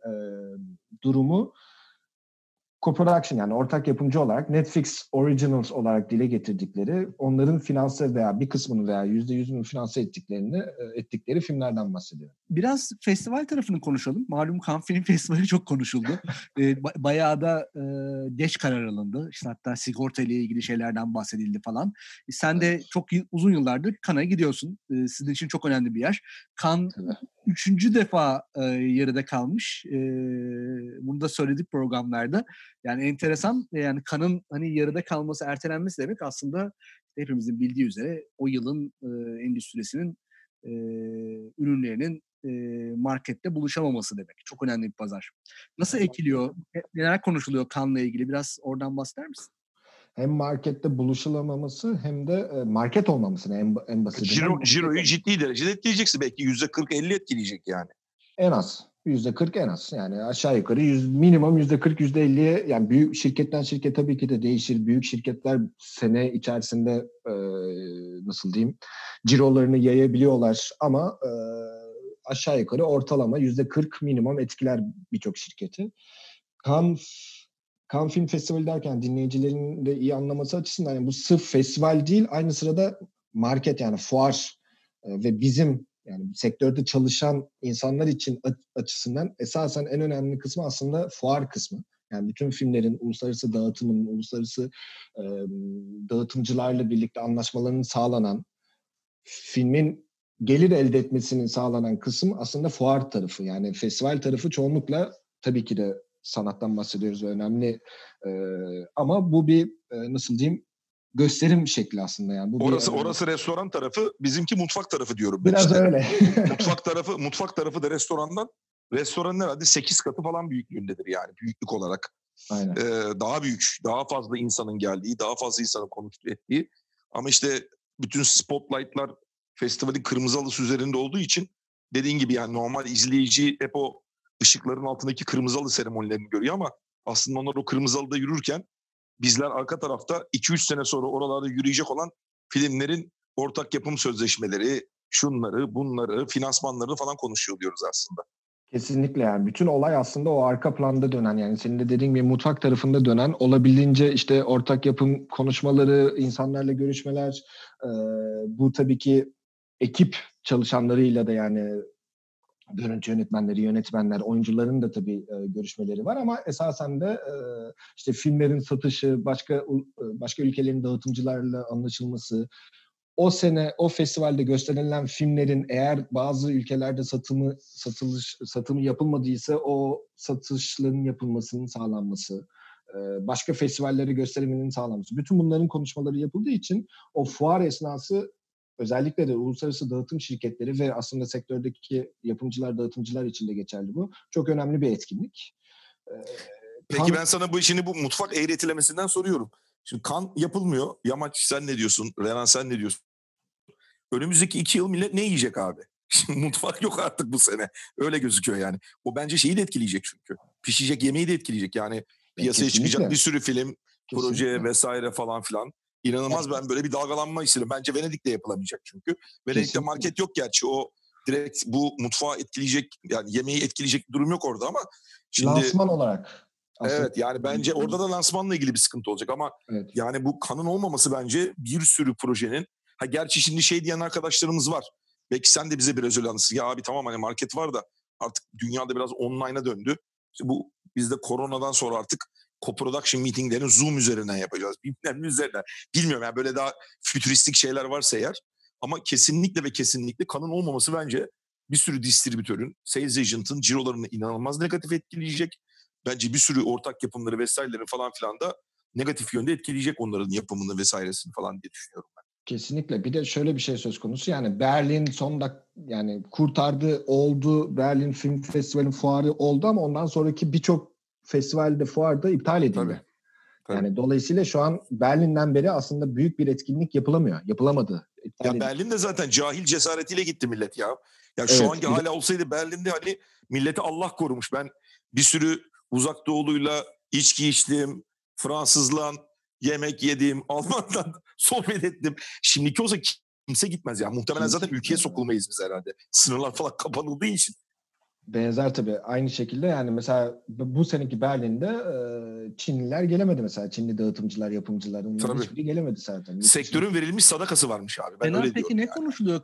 S4: durumu co-production, yani ortak yapımcı olarak Netflix Originals olarak dile getirdikleri, onların finanse veya bir kısmını veya %100'ünü finanse ettikleri filmlerden bahsediyorum.
S2: Biraz festival tarafını konuşalım. Malum Cannes Film Festivali çok konuşuldu. Bayağı da geç karar alındı. İşte hatta sigorta ile ilgili şeylerden bahsedildi falan. Sen de çok uzun yıllardır Cannes'a gidiyorsun. Sizin için çok önemli bir yer. Cannes 3. defa yarıda kalmış. Bunu da söyledik programlarda. Yani enteresan. Yani Cannes'ın hani yarıda kalması, ertelenmesi demek aslında hepimizin bildiği üzere o yılın endüstrisinin ürünlerinin markette buluşamaması demek. Çok önemli bir pazar. Nasıl etkiliyor? Neler konuşuluyor Cannes'la ilgili? Biraz oradan bahseder misin?
S4: Hem markette buluşulamaması hem de market olmamasını en basitinden.
S3: Ciro'yu ciddi derecede etkileyeceksin. Belki %40-50 etkileyecek yani.
S4: En az. %40 en az. Yani aşağı yukarı minimum %40, %50'ye, yani büyük şirketten şirkete tabii ki de değişir. Büyük şirketler sene içerisinde nasıl diyeyim, cirolarını yayabiliyorlar ama aşağı yukarı ortalama %40 minimum etkiler birçok şirketi. Cannes Film Festivali derken dinleyicilerin de iyi anlaması açısından, yani bu sırf festival değil, aynı sırada market, yani fuar ve bizim, yani sektörde çalışan insanlar için açısından esasen en önemli kısmı aslında fuar kısmı. Yani bütün filmlerin uluslararası dağıtımının, uluslararası dağıtımcılarla birlikte anlaşmalarının sağlanan, filmin gelir elde etmesinin sağlanan kısım aslında fuar tarafı. Yani festival tarafı çoğunlukla tabii ki de sanattan bahsediyoruz ve önemli. Ama bu bir nasıl diyeyim, gösterim şekli aslında yani. Bu
S3: orası restoran tarafı, bizimki mutfak tarafı diyorum.
S4: Biraz işte öyle.
S3: mutfak tarafı da restoranın herhalde 8 katı falan büyüklüğündedir yani, büyüklük olarak.
S4: Aynen.
S3: Daha büyük, daha fazla insanın geldiği, daha fazla insanın konuştuğu ettiği. Ama işte bütün spotlight'lar festivalin kırmızı halısı üzerinde olduğu için, dediğin gibi yani normal izleyici hep o ışıkların altındaki kırmızı halı seremonilerini görüyor ama aslında onlar o kırmızı halıda yürürken bizler arka tarafta 2-3 sene sonra oralarda yürüyecek olan filmlerin ortak yapım sözleşmeleri, şunları, bunları, finansmanları falan konuşuyor diyoruz aslında.
S4: Kesinlikle, yani bütün olay aslında o arka planda dönen, yani senin de dediğin gibi mutfak tarafında dönen, olabildiğince işte ortak yapım konuşmaları, insanlarla görüşmeler, bu tabii ki ekip çalışanlarıyla da, yani görüntü yönetmenleri, yönetmenler, oyuncuların da tabii görüşmeleri var ama esasen de işte filmlerin satışı, başka ülkelerin dağıtımcılarla anlaşılması, o sene o festivalde gösterilen filmlerin eğer bazı ülkelerde satımı yapılmadıysa o satışların yapılmasının sağlanması, başka festivallere gösterilmenin sağlanması. Bütün bunların konuşmaları yapıldığı için o fuar esnası özellikle de uluslararası dağıtım şirketleri ve aslında sektördeki yapımcılar, dağıtımcılar için de geçerli bu. Çok önemli bir etkinlik.
S3: Peki ben sana bu işini, bu mutfak eğretilemesinden soruyorum. Şimdi kan yapılmıyor. Yamaç sen ne diyorsun? Renan sen ne diyorsun? Önümüzdeki 2 yıl millet ne yiyecek abi? Şimdi mutfak yok artık bu sene. Öyle gözüküyor yani. O bence şeyi de etkileyecek çünkü. Pişecek yemeği de etkileyecek. Yani piyasaya çıkacak bir sürü film, proje vesaire falan filan. İnanılmaz, ben böyle bir dalgalanma istedim. Bence Venedik'te yapılamayacak çünkü. Venedik'te market yok gerçi. O direkt bu mutfağı etkileyecek, yani yemeği etkileyecek bir durum yok orada ama şimdi
S4: lansman olarak.
S3: Evet, yani bence orada da lansmanla ilgili bir sıkıntı olacak ama yani bu kanın olmaması bence bir sürü projenin, gerçi şimdi şey diyen arkadaşlarımız var. Belki sen de bize biraz öyle anlatsın. Ya abi tamam, hani market var da artık dünyada biraz online'a döndü. İşte bu biz de koronadan sonra artık co-production meetinglerini Zoom üzerinden yapacağız. Bilmem ne üzerinden. Bilmiyorum yani, böyle daha fütüristik şeyler varsa eğer. Ama kesinlikle ve kesinlikle kanın olmaması bence bir sürü distribütörün, sales agent'ın cirolarını inanılmaz negatif etkileyecek. Bence bir sürü ortak yapımları vesairelerin falan filan da negatif yönde etkileyecek onların yapımını vesairesini falan diye düşünüyorum ben.
S4: Kesinlikle. Bir de şöyle bir şey söz konusu. Yani Berlin yani kurtardı, oldu. Berlin Film Festivali fuarı oldu ama ondan sonraki birçok festivalde, fuarda iptal edildi.
S3: Tabii.
S4: Yani dolayısıyla şu an Berlin'den beri aslında büyük bir etkinlik yapılamıyor. Yapılamadı.
S3: Ya Berlin'de zaten cahil cesaretiyle gitti millet ya. Ya şu anki hala olsaydı Berlin'de hani milleti Allah korumuş. Ben bir sürü uzak doğuluyla içki içtim, Fransızla yemek yedim, Alman'dan sohbet ettim. Şimdiki olsa kimse gitmez ya. Muhtemelen zaten ülkeye sokulmayız biz herhalde. Sınırlar falan kapanıldığı için.
S4: Benzer tabii. Aynı şekilde yani mesela bu seneki Berlin'de Çinliler gelemedi mesela. Çinli dağıtımcılar, yapımcılar. Onların hiçbiri gelemedi zaten.
S3: Sektörün verilmiş sadakası varmış abi. Ben öyle
S2: peki
S3: diyorum
S2: ne konuşuluyor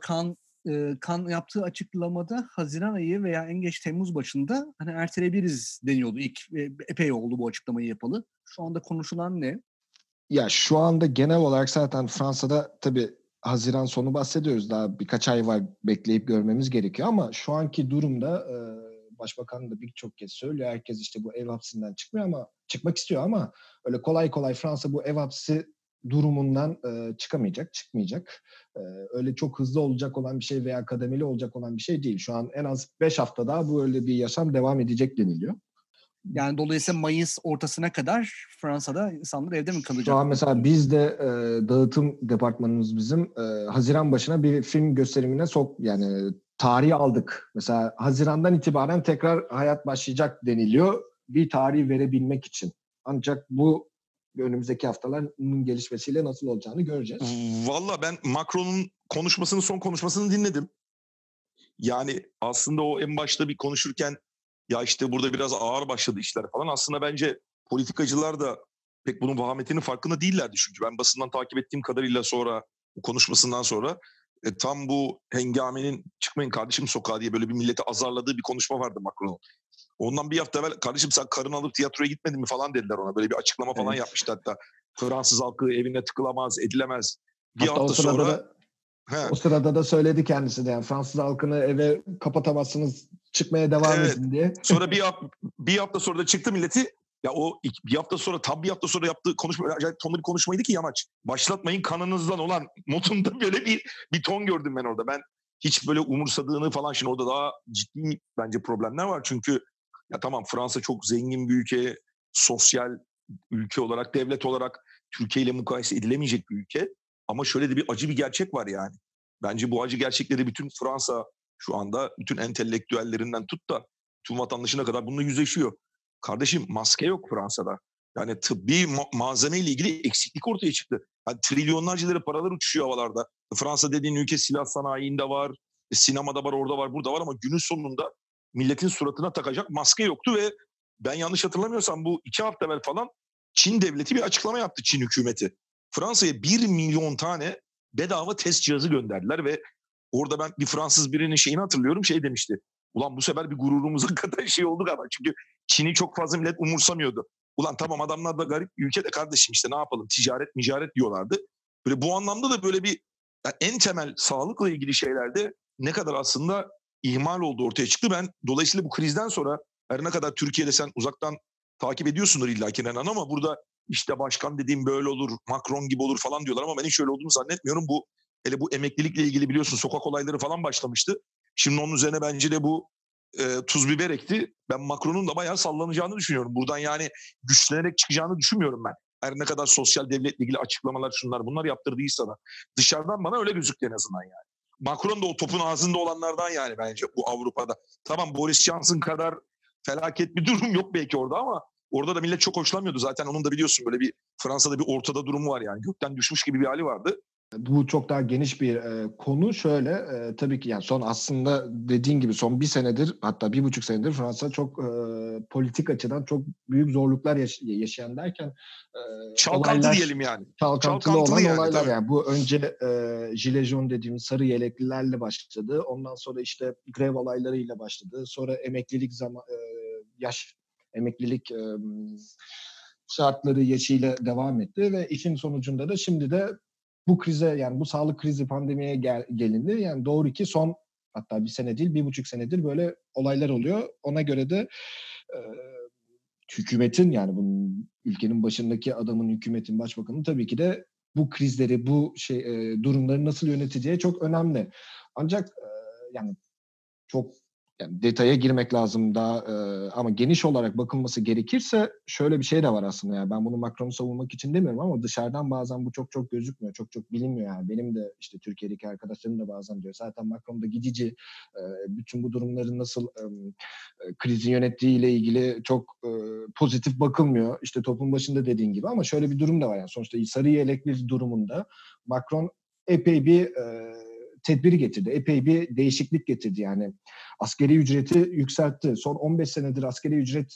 S2: kan yaptığı açıklamada Haziran ayı veya en geç Temmuz başında hani erteleyebiliriz deniyordu. İlk epey oldu bu açıklamayı yapalı. Şu anda konuşulan ne?
S4: Ya şu anda genel olarak zaten Fransa'da tabii Haziran sonu bahsediyoruz. Daha birkaç ay var, bekleyip görmemiz gerekiyor ama şu anki durumda Başbakan da birçok kez söylüyor. Herkes işte bu ev hapsinden çıkmak istiyor ama öyle kolay kolay Fransa bu ev hapsi durumundan çıkmayacak. Öyle çok hızlı olacak olan bir şey veya kademeli olacak olan bir şey değil. Şu an en az 5 hafta daha bu öyle bir yaşam devam edecek deniliyor.
S2: Yani dolayısıyla Mayıs ortasına kadar Fransa'da insanlar evde mi kalacak?
S4: Şu an mesela biz de dağıtım departmanımız bizim Haziran başına bir film gösterimine yani tarihi aldık. Mesela Haziran'dan itibaren tekrar hayat başlayacak deniliyor. Bir tarih verebilmek için. Ancak bu önümüzdeki haftaların gelişmesiyle nasıl olacağını göreceğiz.
S3: Valla ben Macron'un son konuşmasını dinledim. Yani aslında o en başta bir konuşurken ya işte burada biraz ağır başladı işler falan. Aslında bence politikacılar da pek bunun vahametinin farkında değillerdi çünkü. Ben basından takip ettiğim kadarıyla sonra, bu konuşmasından sonra tam bu hengamenin çıkmayın kardeşim sokağa diye böyle bir milleti azarladığı bir konuşma vardı Macron'un. Ondan bir hafta evvel kardeşim sen karını alıp tiyatroya gitmedin mi falan dediler ona. Böyle bir açıklama falan yapmıştı hatta. Fransız halkı evine tıkılamaz, edilemez. Bir
S4: hatta
S3: hafta sonra...
S4: O sırada da söyledi kendisi de, yani Fransız halkını eve kapatamazsınız, çıkmaya devam edin diye.
S3: Sonra bir hafta sonra da çıktı milleti. Ya o bir hafta sonra yaptığı konuşma acayip tonlu bir konuşmaydı ki Yamaç. Başlatmayın kanınızdan olan modunda böyle bir ton gördüm ben orada. Ben hiç böyle umursadığını falan, şimdi orada daha ciddi bence problemler var. Çünkü ya tamam, Fransa çok zengin bir ülke, sosyal ülke olarak, devlet olarak Türkiye ile mukayese edilemeyecek bir ülke. Ama şöyle de bir acı bir gerçek var yani. Bence bu acı gerçekleri bütün Fransa şu anda, bütün entelektüellerinden tut da tüm vatandaşına kadar bununla yüzleşiyor. Kardeşim maske yok Fransa'da. Yani tıbbi malzeme ile ilgili eksiklik ortaya çıktı. Yani trilyonlarca lira paralar uçuşuyor havalarda. Fransa dediğin ülke silah sanayinde var, sinemada var, orada var, burada var ama günün sonunda milletin suratına takacak maske yoktu ve ben yanlış hatırlamıyorsam bu 2 hafta evvel falan Çin devleti bir açıklama yaptı, Çin hükümeti. Fransa'ya 1 milyon tane bedava test cihazı gönderdiler ve orada ben bir Fransız birinin şeyini hatırlıyorum, şey demişti. Ulan bu sefer bir gururumuza kadar şey olduk ama çünkü Çin'i çok fazla millet umursamıyordu. Ulan tamam adamlar da garip ülke de kardeşim işte ne yapalım ticaret diyorlardı. Böyle bu anlamda da böyle bir yani en temel sağlıkla ilgili şeylerde ne kadar aslında ihmal olduğu ortaya çıktı. Ben dolayısıyla bu krizden sonra her ne kadar Türkiye'de sen uzaktan takip ediyorsundur illaki Renan ama burada işte başkan dediğim böyle olur, Macron gibi olur falan diyorlar ama ben hiç öyle olduğunu zannetmiyorum. Hele bu emeklilikle ilgili biliyorsun sokak olayları falan başlamıştı. Şimdi onun üzerine bence de bu tuz biber ekti. Ben Macron'un da bayağı sallanacağını düşünüyorum. Buradan yani güçlenerek çıkacağını düşünmüyorum ben. Her ne kadar sosyal devletle ilgili açıklamalar şunlar bunlar yaptırdıysa da. Dışarıdan bana öyle gözüktü en azından yani. Macron da o topun ağzında olanlardan yani bence bu Avrupa'da. Tamam Boris Johnson kadar felaket bir durum yok belki orada ama orada da millet çok hoşlanmıyordu. Zaten onun da biliyorsun böyle bir Fransa'da bir ortada durumu var yani. Gökten düşmüş gibi bir hali vardı.
S4: Bu çok daha geniş bir konu. Şöyle tabii ki yani son aslında dediğin gibi son 1 senedir hatta 1,5 senedir Fransa çok politik açıdan çok büyük zorluklar yaşayan derken
S3: çalkantı
S4: olaylar,
S3: diyelim yani.
S4: Çalkantılı olan
S3: yani,
S4: olaylar
S3: tabii.
S4: yani bu önce Gilets jaunes dediğimiz sarı yeleklilerle başladı. Ondan sonra işte grev olaylarıyla başladı. Sonra emeklilik emeklilik şartları yaşıyla devam etti ve işin sonucunda da şimdi de bu krize yani bu sağlık krizi pandemiye gelindi. Yani doğru ki son hatta 1 sene değil 1,5 senedir böyle olaylar oluyor. Ona göre de hükümetin yani bunun ülkenin başındaki adamın hükümetin başbakanın tabii ki de bu krizleri bu durumları nasıl yöneteceği çok önemli. Ancak yani çok yani detaya girmek lazım daha ama geniş olarak bakılması gerekirse şöyle bir şey de var aslında yani ben bunu Macron'u savunmak için demiyorum ama dışarıdan bazen bu çok gözükmüyor, çok bilinmiyor yani. Benim de işte Türkiye'deki arkadaşlarım da bazen diyor zaten Macron da gidici, bütün bu durumların nasıl krizi yönettiğiyle ilgili çok pozitif bakılmıyor. İşte toplum başında dediğin gibi ama şöyle bir durum da var yani sonuçta sarı yelekli durumunda Macron epey bir tedbiri getirdi. Epey bir değişiklik getirdi yani. Asgari ücreti yükseltti. Son 15 senedir asgari ücret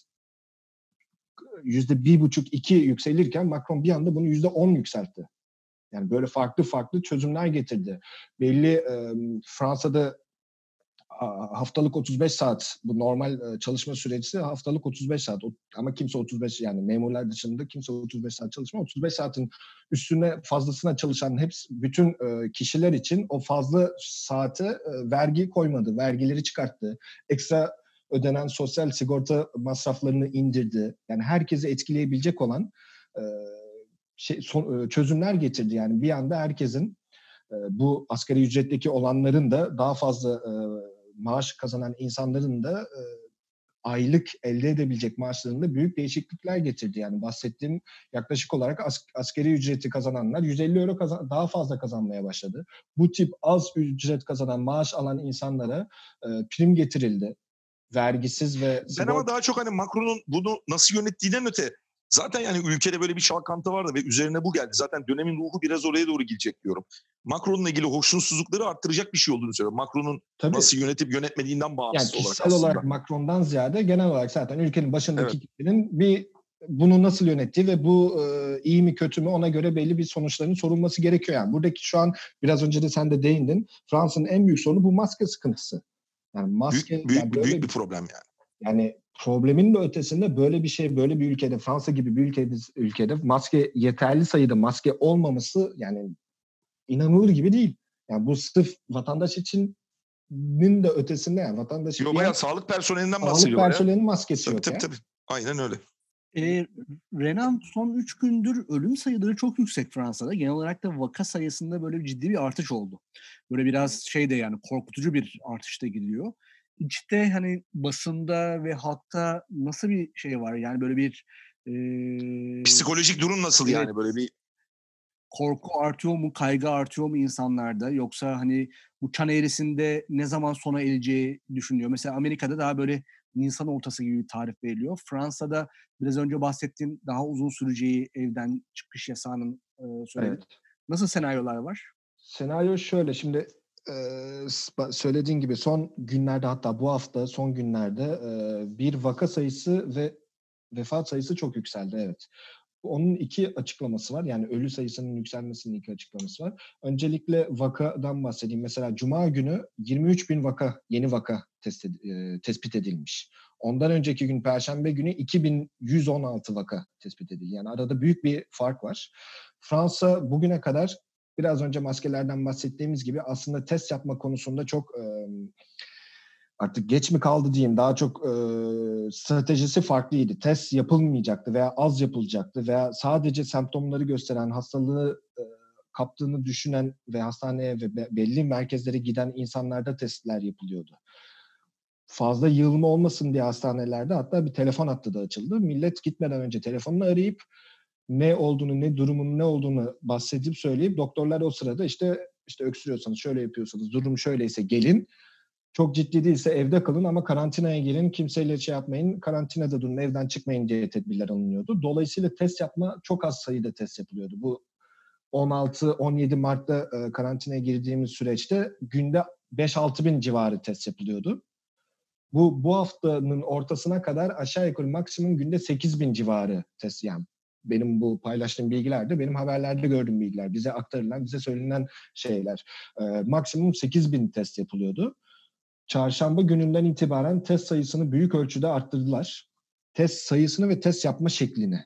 S4: %1,5-2 yükselirken Macron bir anda bunu %10 yükseltti. Yani böyle farklı çözümler getirdi. Belli Fransa'da haftalık 35 saat bu normal çalışma süresi haftalık 35 saat ama kimse 35 yani memurlar dışında kimse 35 saat çalışmıyor. 35 saatin üstüne fazlasına çalışan bütün kişiler için o fazla saate vergi koymadı. Vergileri çıkarttı. Ekstra ödenen sosyal sigorta masraflarını indirdi. Yani herkesi etkileyebilecek olan çözümler getirdi. Yani bir anda herkesin bu asgari ücretteki olanların da daha fazla maaş kazanan insanların da aylık elde edebilecek maaşlarında büyük değişiklikler getirdi. Yani bahsettiğim yaklaşık olarak asgari ücreti kazananlar 150 euro daha fazla kazanmaya başladı. Bu tip az ücret kazanan maaş alan insanlara prim getirildi. Vergisiz ve
S3: Ben ama daha çok hani Macron'un bunu nasıl yönettiğinden öte zaten yani ülkede böyle bir çalkantı vardı ve üzerine bu geldi. Zaten dönemin ruhu biraz oraya doğru gidecek diyorum. Macron'la ilgili hoşnutsuzlukları arttıracak bir şey olduğunu söylüyorum. Macron'un nasıl yönetip yönetmediğinden bağımsız
S4: yani
S3: olarak
S4: kişisel
S3: aslında.
S4: olarak Macron'dan ziyade genel olarak zaten ülkenin başındaki kişinin bir bunu nasıl yönettiği ve bu iyi mi kötü mü ona göre belli bir sonuçların sorulması gerekiyor. Yani buradaki şu an biraz önce de sen de değindin. Fransa'nın en büyük sorunu bu maske sıkıntısı. Yani maske
S3: büyük bir problem yani.
S4: Yani problemin de ötesinde böyle bir şey böyle bir ülkede Fransa gibi bir ülkede maske yeterli sayıda maske olmaması yani inanılır gibi değil. Yani bu sırf vatandaş için de ötesinde yani vatandaşı
S3: Yo bayağı sağlık personelinden bahsediyor.
S4: Sağlık personelinin maskesi yok ya.
S3: Tabii. Aynen öyle.
S2: Renan son 3 gündür ölüm sayıları çok yüksek Fransa'da. Genel olarak da vaka sayısında böyle ciddi bir artış oldu. Böyle biraz yani korkutucu bir artışta gidiyor. İşte hani basında ve halkta nasıl bir şey var? Yani böyle bir
S3: psikolojik durum nasıl yani böyle bir
S2: korku artıyor mu, kaygı artıyor mu insanlarda? Yoksa hani bu çan eğrisinde ne zaman sona ereceği düşünülüyor. Mesela Amerika'da daha böyle Nisan ortası gibi bir tarih veriliyor. Fransa'da biraz önce bahsettiğim daha uzun süreceği evden çıkış yasağının söyledi.
S4: Evet.
S2: Nasıl senaryolar var?
S4: Senaryo şöyle şimdi söylediğin gibi son günlerde, hatta bu hafta son günlerde bir vaka sayısı ve vefat sayısı çok yükseldi, evet. Onun iki açıklaması var. Yani ölü sayısının yükselmesinin iki açıklaması var. Öncelikle vakadan bahsedeyim. Mesela Cuma günü 23.000 vaka, yeni vaka tespit edilmiş. Ondan önceki gün Perşembe günü 2.116 vaka tespit edildi. Yani arada büyük bir fark var. Fransa bugüne kadar biraz önce maskelerden bahsettiğimiz gibi aslında test yapma konusunda çok artık geç mi kaldı diyeyim, daha çok stratejisi farklıydı. Test yapılmayacaktı veya az yapılacaktı veya sadece semptomları gösteren, hastalığı kaptığını düşünen ve hastaneye ve belli merkezlere giden insanlarda testler yapılıyordu. Fazla yığılma olmasın diye hastanelerde hatta bir telefon hattı da açıldı. Millet gitmeden önce telefonunu arayıp ne olduğunu, ne durumunun ne olduğunu bahsedip söyleyip doktorlar o sırada işte öksürüyorsanız, şöyle yapıyorsanız, durum şöyleyse gelin. Çok ciddi değilse evde kalın ama karantinaya girin, kimseyle şey yapmayın, karantinada durun, evden çıkmayın diye tedbirler alınıyordu. Dolayısıyla test yapma, çok az sayıda test yapılıyordu. Bu 16-17 Mart'ta karantinaya girdiğimiz süreçte günde 5-6 bin civarı test yapılıyordu. Bu haftanın ortasına kadar aşağı yukarı maksimum günde 8 bin civarı test, yani benim bu paylaştığım bilgiler de benim haberlerde gördüğüm bilgiler, bize aktarılan, bize söylenen şeyler. Maksimum 8 bin test yapılıyordu. Çarşamba gününden itibaren test sayısını büyük ölçüde arttırdılar. Test sayısını ve test yapma şeklini.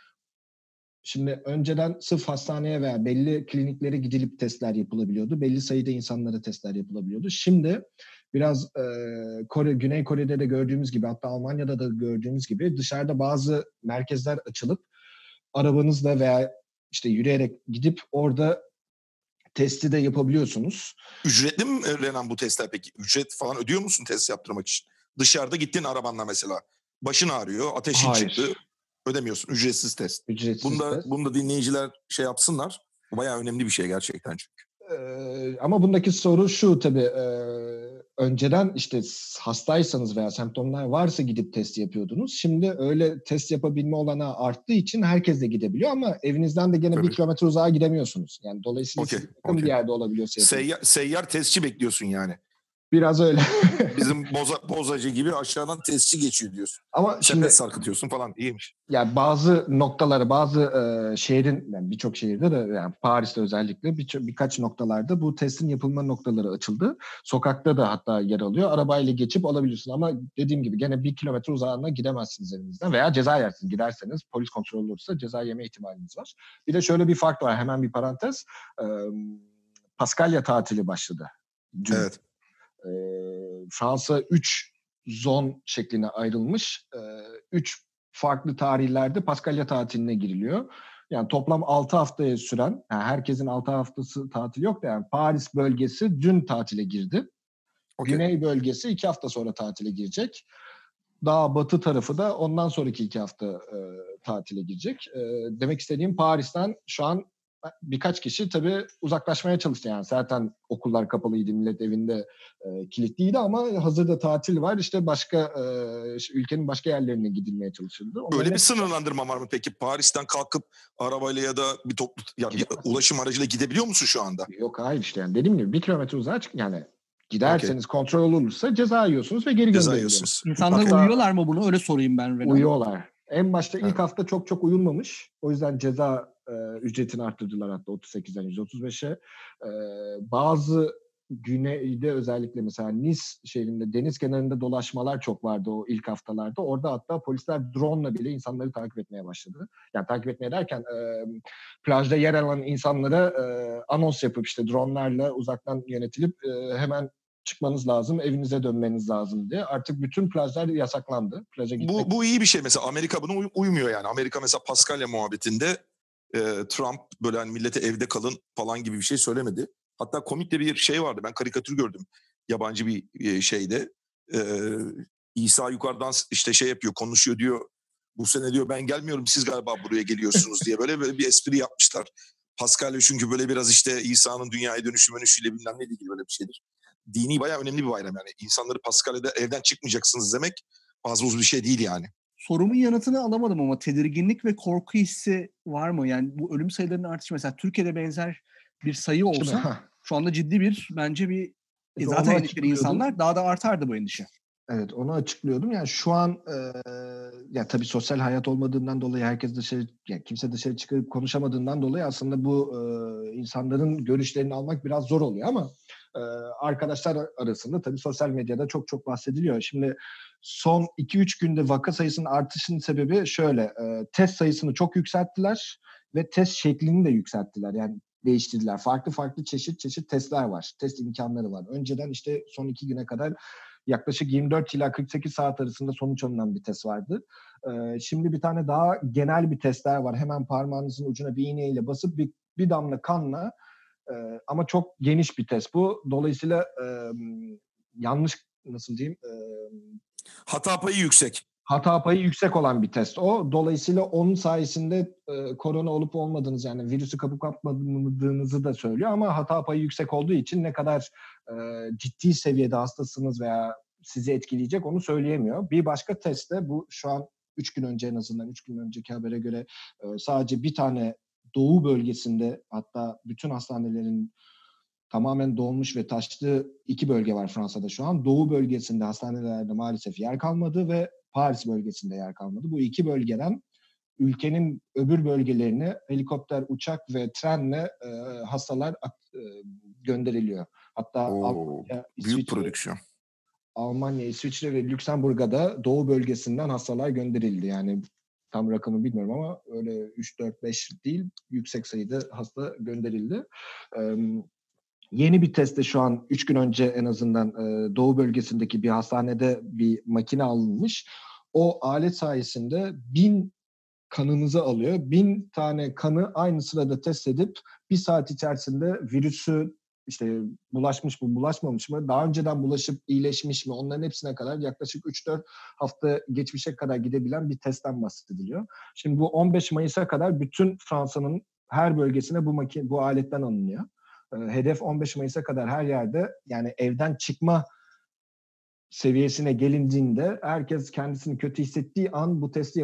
S4: Şimdi önceden sırf hastaneye veya belli kliniklere gidilip testler yapılabiliyordu. Belli sayıda insanlara testler yapılabiliyordu. Şimdi biraz Güney Kore'de de gördüğümüz gibi, hatta Almanya'da da gördüğümüz gibi dışarıda bazı merkezler açılıp arabanızla veya işte yürüyerek gidip orada testi de yapabiliyorsunuz.
S3: Ücretli mi Renan bu testler peki? Ücret falan ödüyor musun test yaptırmak için? Dışarıda gittin arabanla mesela. Başın ağrıyor, ateşin çıktı. Ödemiyorsun. Ücretsiz test.
S4: Ücretsiz test.
S3: Bunda dinleyiciler şey yapsınlar. Bu bayağı önemli bir şey gerçekten çünkü.
S4: Ama bundaki soru şu tabii. Önceden işte hastaysanız veya semptomlar varsa gidip test yapıyordunuz. Şimdi öyle test yapabilme olanağı arttığı için herkes de gidebiliyor ama evinizden de gene 1 kilometre uzağa gidemiyorsunuz. Yani dolayısıyla yakın bir yerde olabiliyorsa
S3: seyyar testçi bekliyorsun yani.
S4: Biraz öyle.
S3: Bizim bozacı gibi aşağıdan testçi geçiyor diyorsun.
S4: Ama şimdi
S3: sarkıtıyorsun falan, iyiymiş.
S4: Yani bazı noktaları, bazı şehrin, yani birçok şehirde de, yani Paris'te özellikle birkaç noktalarda bu testin yapılma noktaları açıldı. Sokakta da hatta yer alıyor. Arabayla geçip alabiliyorsun ama dediğim gibi gene 1 kilometre uzağına gidemezsiniz evinizden veya ceza yersiniz. Giderseniz polis kontrolü olursa ceza yeme ihtimaliniz var. Bir de şöyle bir fark var, hemen bir parantez. Paskalya tatili başladı dün.
S3: Evet.
S4: Fransa 3 zon şekline ayrılmış. 3 farklı tarihlerde Paskalya tatiline giriliyor. Yani toplam 6 haftaya süren, yani herkesin 6 haftası tatil yok da, yani Paris bölgesi dün tatile girdi. Güney bölgesi 2 hafta sonra tatile girecek. Daha batı tarafı da ondan sonraki 2 hafta tatile girecek. Demek istediğim, Paris'ten şu an birkaç kişi tabii uzaklaşmaya çalıştı. Yani zaten okullar kapalıydı, millet evinde kilitliydi ama hazırda tatil var. İşte başka ülkenin başka yerlerine gidilmeye çalışıldı.
S3: Öyle bir sınırlandırma var mı peki? Paris'ten kalkıp arabayla ya da bir bir ulaşım aracıyla gidebiliyor musun şu anda?
S4: Yok, hayır, işte yani dediğim gibi 1 kilometre uzağa yani giderseniz kontrol olursa ceza yiyorsunuz ve geri gönderiliyorsunuz.
S2: İnsanlar uyuyorlar mı bunu? Öyle sorayım ben Renan.
S4: Uyuyorlar. En başta ilk hafta çok uyulmamış. O yüzden ceza ücretini arttırdılar, hatta 38'den %35'e. Bazı güneyde, özellikle mesela Nice şehrinde deniz kenarında dolaşmalar çok vardı o ilk haftalarda. Orada hatta polisler drone'la bile insanları takip etmeye başladı. Yani takip etmeye derken plajda yer alan insanlara anons yapıp işte drone'larla uzaktan yönetilip hemen çıkmanız lazım, evinize dönmeniz lazım diye. Artık bütün plajlar yasaklandı. Plaja gitmek...
S3: Bu iyi bir şey mesela. Amerika buna uymuyor yani. Amerika mesela Paskalya muhabbetinde Trump böyle hani millete evde kalın falan gibi bir şey söylemedi. Hatta komik de bir şey vardı. Ben karikatür gördüm yabancı bir şeyde. İsa yukarıdan işte şey yapıyor, konuşuyor, diyor. Bu sene diyor ben gelmiyorum, siz galiba buraya geliyorsunuz diye böyle bir espri yapmışlar. Paskalya çünkü böyle biraz işte İsa'nın dünyaya dönüşüyle bilmem neyle ilgili böyle bir şeydir. Dini bayağı önemli bir bayram yani. İnsanları Paskalya'da evden çıkmayacaksınız demek az buz bir şey değil yani.
S2: Sorumun yanıtını alamadım ama tedirginlik ve korku hissi var mı? Yani bu ölüm sayılarının artışı, mesela Türkiye'de benzer bir sayı olsa şu anda ciddi bir bence bir zaten endişeli insanlar daha da artardı bu endişe.
S4: Evet, onu açıklıyordum. Yani şu an ya tabii sosyal hayat olmadığından dolayı herkes dışarı, yani kimse dışarı çıkıp konuşamadığından dolayı aslında bu insanların görüşlerini almak biraz zor oluyor ama arkadaşlar arasında tabii sosyal medyada çok çok bahsediliyor. Şimdi son 2-3 günde vaka sayısının artışının sebebi şöyle. Test sayısını çok yükselttiler ve test şeklini de yükselttiler. Yani değiştirdiler. Farklı farklı çeşit testler var. Test imkanları var. Önceden işte son 2 güne kadar yaklaşık 24 ila 48 saat arasında sonuç alınan bir test vardı. Şimdi bir tane daha genel bir testler var. Hemen parmağınızın ucuna bir iğneyle basıp bir damla kanla ama çok geniş bir test bu. Dolayısıyla yanlış nasıl diyeyim?
S3: Hata payı yüksek.
S4: Hata payı yüksek olan bir test o. Dolayısıyla onun sayesinde korona olup olmadığınız, yani virüsü kapıp kapmadığınızı da söylüyor ama hata payı yüksek olduğu için ne kadar ciddi seviyede hastasınız veya sizi etkileyecek onu söyleyemiyor. Bir başka testte bu şu an 3 gün önce, en azından 3 gün önceki habere göre sadece bir tane doğu bölgesinde, hatta bütün hastanelerin tamamen dolmuş ve taştığı 2 bölge var Fransa'da şu an. Doğu bölgesinde hastanelerde maalesef yer kalmadı ve Paris bölgesinde yer kalmadı. Bu 2 bölgeden ülkenin öbür bölgelerine helikopter, uçak ve trenle hastalar gönderiliyor. Hatta Almanya,
S3: büyük prodüksiyon.
S4: Almanya, İsviçre ve Lüksemburg'a da doğu bölgesinden hastalar gönderildi. Yani tam rakamı bilmiyorum ama öyle 3, 4, 5 değil, yüksek sayıda hasta gönderildi. Yeni bir testte şu an 3 gün önce en azından doğu bölgesindeki bir hastanede bir makine alınmış. O alet sayesinde 1000 kanınızı alıyor. 1000 tane kanı aynı sırada test edip 1 saat içerisinde virüsü işte bulaşmış mı, bulaşmamış mı, daha önceden bulaşıp iyileşmiş mi, onların hepsine kadar yaklaşık 3-4 hafta geçmişe kadar gidebilen bir testten bahsediliyor. Şimdi bu 15 Mayıs'a kadar bütün Fransa'nın her bölgesine bu aletten alınıyor. Hedef 15 Mayıs'a kadar her yerde, yani evden çıkma seviyesine gelindiğinde herkes kendisini kötü hissettiği an bu testi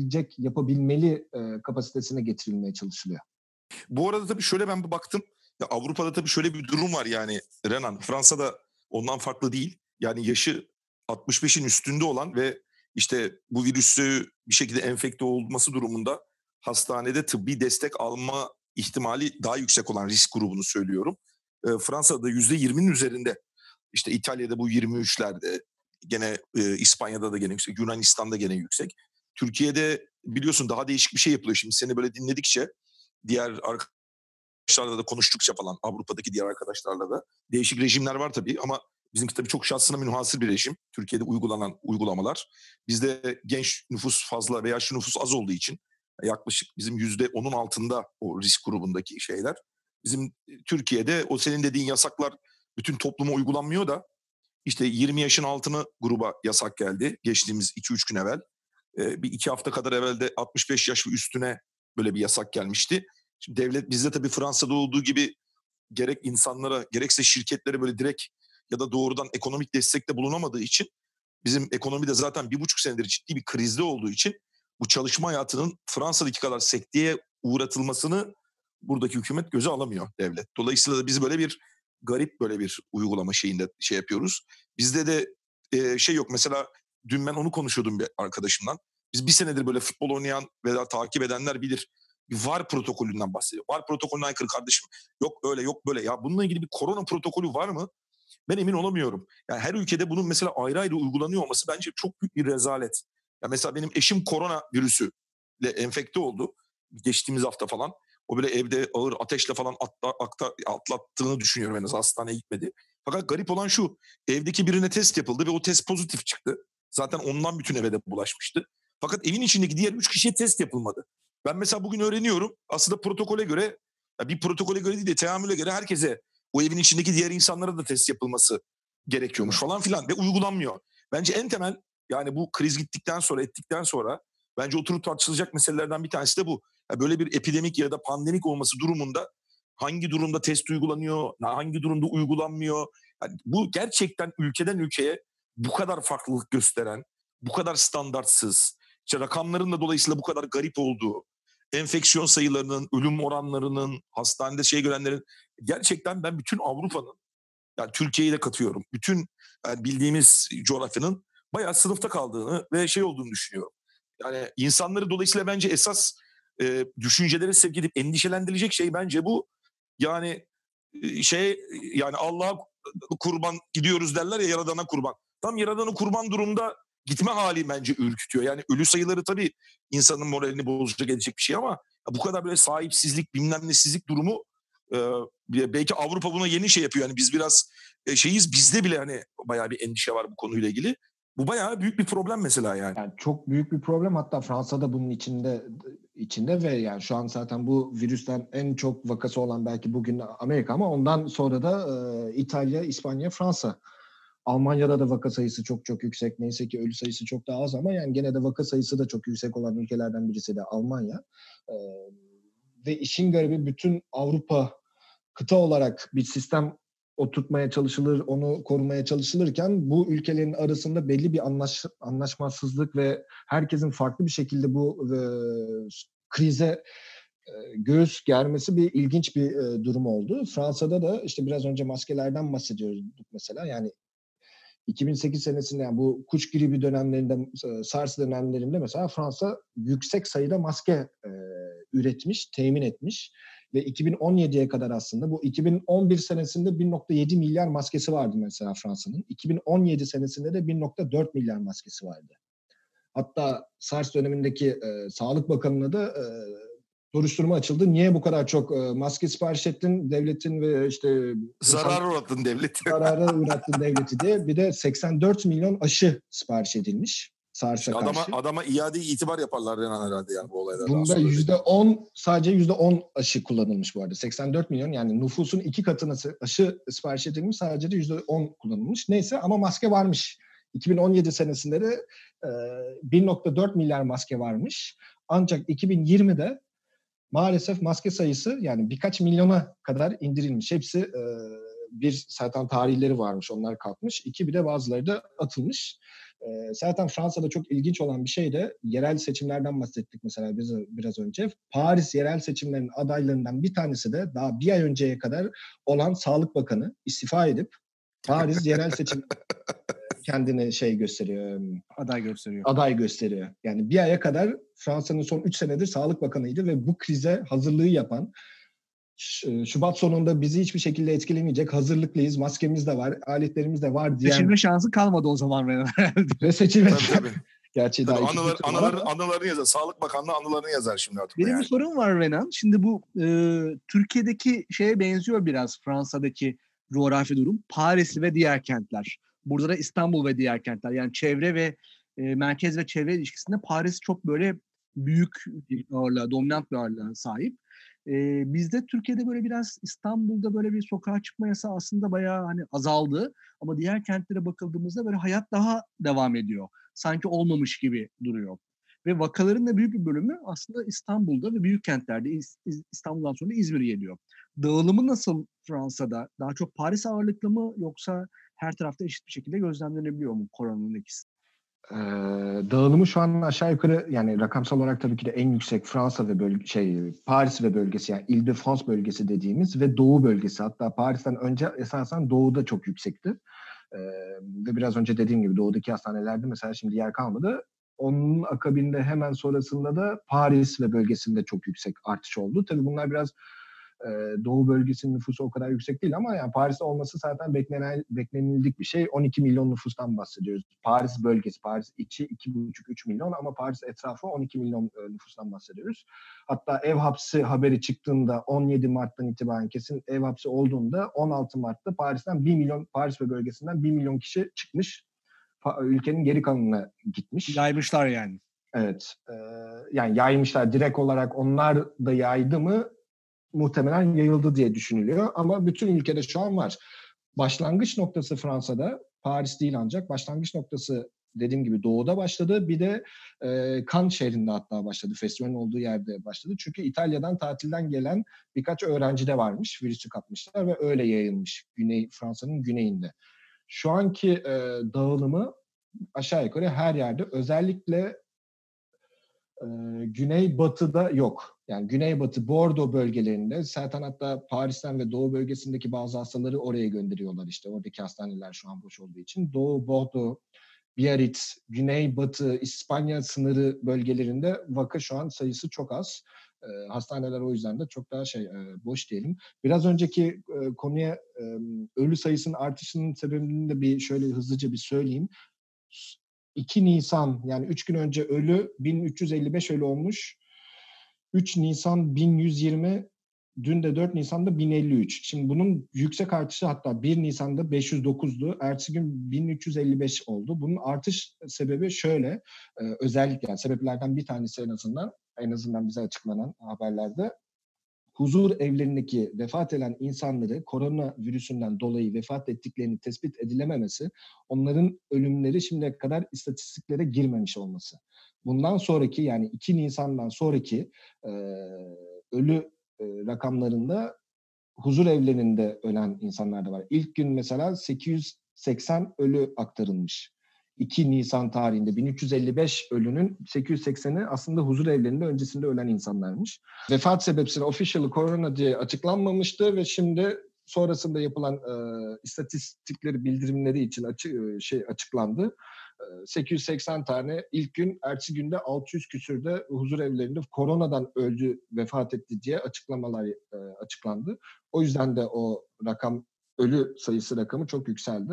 S4: yapabilmeli kapasitesine getirilmeye çalışılıyor.
S3: Bu arada tabii şöyle ben bir baktım. Ya Avrupa'da tabii şöyle bir durum var yani Renan. Fransa'da ondan farklı değil. Yani yaşı 65'in üstünde olan ve işte bu virüsü bir şekilde enfekte olması durumunda hastanede tıbbi destek alma ihtimali daha yüksek olan risk grubunu söylüyorum. Fransa'da %20'nin üzerinde. İşte İtalya'da bu 23'lerde, gene İspanya'da da gene yüksek, Yunanistan'da gene yüksek. Türkiye'de biliyorsun daha değişik bir şey yapılıyor. Şimdi seni böyle dinledikçe, diğer arkadaşlarla da konuştukça falan, Avrupa'daki diğer arkadaşlarla da değişik rejimler var tabii ama bizimki tabii çok şahsına münhasır bir rejim. Türkiye'de uygulanan uygulamalar. Bizde genç nüfus fazla ve yaşlı nüfus az olduğu için yaklaşık bizim %10'un altında o risk grubundaki şeyler. Bizim Türkiye'de o senin dediğin yasaklar bütün topluma uygulanmıyor da işte 20 yaşın altını gruba yasak geldi geçtiğimiz 2-3 gün evvel. Bir 2 hafta kadar evvel de 65 yaş ve üstüne böyle bir yasak gelmişti. Şimdi devlet bizde tabii Fransa'da olduğu gibi gerek insanlara gerekse şirketlere böyle direkt ya da doğrudan ekonomik destekte bulunamadığı için, bizim ekonomi de zaten 1,5 senedir ciddi bir krizde olduğu için bu çalışma hayatının Fransa'daki kadar sekteye uğratılmasını buradaki hükümet göze alamıyor, devlet. Dolayısıyla da biz böyle bir garip böyle bir uygulama şeyinde şey yapıyoruz. Bizde de şey yok mesela, dün ben onu konuşuyordum bir arkadaşımla. Biz bir senedir böyle futbol oynayan veya takip edenler bilir. Bir VAR protokolünden bahsediyor. VAR protokolüne aykırı kardeşim. Yok öyle yok böyle. Ya bununla ilgili bir korona protokolü var mı? Ben emin olamıyorum. Yani her ülkede bunun mesela ayrı ayrı uygulanıyor olması bence çok büyük bir rezalet. Ya mesela benim eşim korona virüsüyle enfekte oldu geçtiğimiz hafta falan. O böyle evde ağır ateşle falan atlattığını düşünüyorum, en az hastaneye gitmedi. Fakat garip olan şu, evdeki birine test yapıldı ve o test pozitif çıktı. Zaten ondan bütün eve de bulaşmıştı. Fakat evin içindeki diğer 3 kişiye test yapılmadı. Ben mesela bugün öğreniyorum, aslında protokole göre, bir protokole göre değil de teamüle göre herkese, o evin içindeki diğer insanlara da test yapılması gerekiyormuş falan filan ve uygulanmıyor. Bence en temel, yani bu kriz ettikten sonra bence oturup tartışılacak meselelerden bir tanesi de bu. Yani böyle bir epidemik ya da pandemik olması durumunda hangi durumda test uygulanıyor, hangi durumda uygulanmıyor? Yani bu gerçekten ülkeden ülkeye bu kadar farklılık gösteren, bu kadar standartsız, işte rakamların da dolayısıyla bu kadar garip olduğu, enfeksiyon sayılarının, ölüm oranlarının, hastanede görenlerin gerçekten ben bütün Avrupa'nın, yani Türkiye'yi de katıyorum, bütün yani bildiğimiz coğrafyanın bayağı sınıfta kaldığını ve şey olduğunu düşünüyorum. Yani insanları dolayısıyla bence esas düşüncelere sevk edip endişelendirilecek şey bence bu. Yani yani Allah'a kurban gidiyoruz derler ya, Yaradan'a kurban. Tam Yaradan'a kurban durumda gitme hali bence ürkütüyor. Yani ölü sayıları tabii insanın moralini bozacak edecek bir şey ama bu kadar böyle sahipsizlik, bilmem nesizlik durumu belki Avrupa buna yeni şey yapıyor. Yani biz biraz şeyiz, bizde bile hani bayağı bir endişe var bu konuyla ilgili. Bu bayağı büyük bir problem mesela yani.
S4: Yani çok büyük bir problem, hatta Fransa'da bunun içinde ve yani şu an zaten bu virüsten en çok vakası olan belki bugün Amerika, ama ondan sonra da İtalya, İspanya, Fransa. Almanya'da da vaka sayısı çok çok yüksek. Neyse ki ölü sayısı çok daha az ama yani gene de vaka sayısı da çok yüksek olan ülkelerden birisi de Almanya. Ve işin garibi, bütün Avrupa kıta olarak bir sistem oturtmaya çalışılır, onu korumaya çalışılırken bu ülkelerin arasında belli bir anlaşmazsızlık ve herkesin farklı bir şekilde bu krize göğüs germesi bir ilginç bir durum oldu. Fransa'da da işte biraz önce maskelerden bahsediyorduk mesela. Yani 2008 senesinde, yani bu kuş gribi dönemlerinde, SARS dönemlerinde mesela Fransa yüksek sayıda maske üretmiş, temin etmiş. Ve 2017'ye kadar aslında bu 2011 senesinde 1.7 milyar maskesi vardı mesela Fransa'nın. 2017 senesinde de 1.4 milyar maskesi vardı. Hatta SARS dönemindeki Sağlık Bakanı'na da soruşturma açıldı. Niye bu kadar çok maske sipariş ettin devletin ve işte
S3: Zarar uğrattın devleti.
S4: zarara uğrattın devleti diye. Bir de 84 milyon aşı sipariş edilmiş SARS'a
S3: İşte
S4: karşı.
S3: adama iade itibar yaparlar Renan herhalde yani bu olaylardan
S4: Bunda
S3: sonra.
S4: sadece %10 aşı kullanılmış bu arada. 84 milyon, yani nüfusun 2 katına aşı sipariş edilmiş, sadece de %10 kullanılmış. Neyse, ama maske varmış. 2017 senesinde de 1.4 milyar maske varmış. Ancak 2020'de maalesef maske sayısı yani birkaç milyona kadar indirilmiş. Hepsi bir zaten tarihleri varmış, onlar kalkmış. İki, bir de bazıları da atılmış. Zaten Fransa'da çok ilginç olan bir şey de yerel seçimlerden bahsettik mesela biraz önce. Paris yerel seçimlerinin adaylarından bir tanesi de daha bir ay önceye kadar olan Sağlık Bakanı istifa edip Paris yerel seçim kendini gösteriyor. Aday gösteriyor. Yani bir aya kadar Fransa'nın son 3 senedir Sağlık Bakanıydı ve bu krize hazırlığı yapan, Şubat sonunda bizi hiçbir şekilde etkilemeyecek, hazırlıklıyız, maskemiz de var, aletlerimiz de var diyen...
S2: Seçilme şansı kalmadı o zaman herhalde.
S4: Ve seçilmedi.
S3: Tabii.
S4: Gerçi daha
S3: anılarını yazar. Sağlık Bakanlığı anılarını yazar şimdi artık.
S2: Benim bir sorum var Renan. Şimdi bu Türkiye'deki şeye benziyor biraz Fransa'daki coğrafi durum. Paris ve diğer kentler. Burada da İstanbul ve diğer kentler. Yani çevre ve merkez ve çevre ilişkisinde Paris çok böyle büyük bir ağırlığa, dominant bir ağırlığa sahip. Bizde Türkiye'de böyle biraz İstanbul'da böyle bir sokağa çıkma yasağı aslında bayağı hani azaldı. Ama diğer kentlere bakıldığımızda böyle hayat daha devam ediyor. Sanki olmamış gibi duruyor. Ve vakaların da büyük bir bölümü aslında İstanbul'da ve büyük kentlerde. İstanbul'dan sonra İzmir geliyor. Dağılımı nasıl Fransa'da? Daha çok Paris ağırlıklı mı, yoksa her tarafta eşit bir şekilde gözlemlenebiliyor mu koronanın etkisi?
S4: Dağılımı şu an aşağı yukarı, yani rakamsal olarak tabii ki de en yüksek Fransa ve Paris ve bölgesi, yani Île-de-France bölgesi dediğimiz ve Doğu bölgesi. Hatta Paris'ten önce esasen Doğu'da çok yüksekti. Ve biraz önce dediğim gibi Doğu'daki hastanelerde mesela şimdi yer kalmadı. Onun akabinde hemen sonrasında da Paris ve bölgesinde çok yüksek artış oldu. Tabii bunlar biraz Doğu bölgesinin nüfusu o kadar yüksek değil ama yani Paris'te olması zaten beklenildik bir şey. 12 milyon nüfustan bahsediyoruz. Paris bölgesi, Paris içi 2,5-3 milyon ama Paris etrafı 12 milyon nüfustan bahsediyoruz. Hatta ev hapsi haberi çıktığında 17 Mart'tan itibaren kesin ev hapsi olduğunda 16 Mart'ta Paris ve bölgesinden 1 milyon kişi çıkmış. Ülkenin geri kalanına gitmiş.
S2: Yaymışlar yani.
S4: Evet. Yani yaymışlar. Direkt olarak onlar da yaydı mı? Muhtemelen yayıldı diye düşünülüyor. Ama bütün ülkede şu an var. Başlangıç noktası Fransa'da, Paris değil ancak, başlangıç noktası dediğim gibi Doğu'da başladı. Bir de Cannes şehrinde hatta başladı. Festivalin olduğu yerde başladı. Çünkü İtalya'dan tatilden gelen birkaç öğrenci de varmış. Virüsü kapmışlar ve öyle yayılmış Fransa'nın güneyinde. Şu anki dağılımı aşağı yukarı her yerde, özellikle Güneybatı'da yok. Yani Güneybatı, Bordeaux bölgelerinde zaten hatta Paris'ten ve Doğu bölgesindeki bazı hastaları oraya gönderiyorlar işte. Oradaki hastaneler şu an boş olduğu için. Doğu, Bordeaux, Biarritz, Güneybatı, İspanya sınırı bölgelerinde vaka şu an sayısı çok az. Hastaneler o yüzden de çok daha boş diyelim. Biraz önceki konuya ölü sayısının artışının sebebini de şöyle hızlıca bir söyleyeyim. 2 Nisan yani 3 gün önce ölü 1355 ölü olmuş. 3 Nisan 1120, dün de 4 Nisan'da 1053. Şimdi bunun yüksek artışı hatta 1 Nisan'da 509'du. Ertesi gün 1355 oldu. Bunun artış sebebi şöyle. Özellikle yani sebeplerden bir tanesi en azından bize açıklanan haberlerde huzur evlerindeki vefat eden insanları korona virüsünden dolayı vefat ettiklerini tespit edilememesi, onların ölümleri şimdiye kadar istatistiklere girmemiş olması. Bundan sonraki yani 2 Nisan'dan sonraki ölü rakamlarında huzur evlerinde ölen insanlar da var. İlk gün mesela 880 ölü aktarılmış. 2 Nisan tarihinde 1355 ölünün 880'i aslında huzur evlerinde öncesinde ölen insanlarmış. Vefat sebepsine official corona diye açıklanmamıştı ve şimdi sonrasında yapılan istatistikleri bildirimleri için açıklandı. 880 tane ilk gün, ertesi günde 600 küsürde huzur evlerinde koronadan öldü, vefat etti diye açıklamalar açıklandı. O yüzden de o rakam, ölü sayısı rakamı çok yükseldi.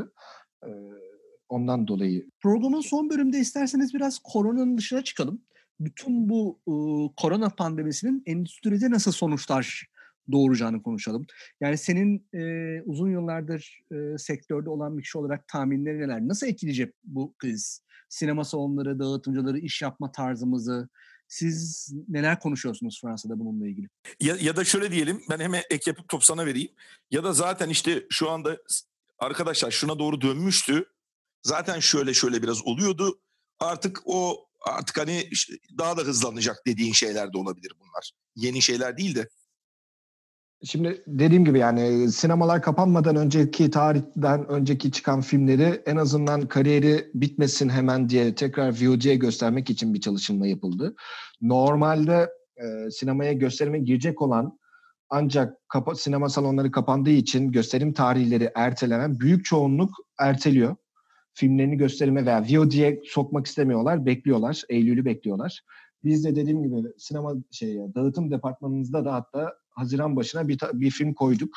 S4: Ondan dolayı.
S2: Programın son bölümde isterseniz biraz koronanın dışına çıkalım. Bütün bu korona pandemisinin endüstride nasıl sonuçlar doğuracağını konuşalım. Yani senin uzun yıllardır sektörde olan bir kişi olarak tahminleri neler? Nasıl etkileyecek bu kriz? Sinema salonları, dağıtımcıları, iş yapma tarzımızı. Siz neler konuşuyorsunuz Fransa'da bununla ilgili?
S3: Ya da şöyle diyelim, ben hemen ek yapıp top sana vereyim. Ya da zaten işte şu anda arkadaşlar şuna doğru dönmüştü. Zaten şöyle biraz oluyordu. Artık hani işte daha da hızlanacak dediğin şeyler de olabilir bunlar. Yeni şeyler değil de.
S4: Şimdi dediğim gibi yani sinemalar kapanmadan önceki tarihten önceki çıkan filmleri en azından kariyeri bitmesin hemen diye tekrar VOD'ye göstermek için bir çalışma yapıldı. Normalde sinemaya gösterime girecek olan ancak sinema salonları kapandığı için gösterim tarihleri ertelenen büyük çoğunluk erteliyor. Filmlerini gösterime veya VOD'ye sokmak istemiyorlar, bekliyorlar. Eylül'ü bekliyorlar. Biz de dediğim gibi sinema dağıtım departmanımızda da hatta Haziran başına bir film koyduk.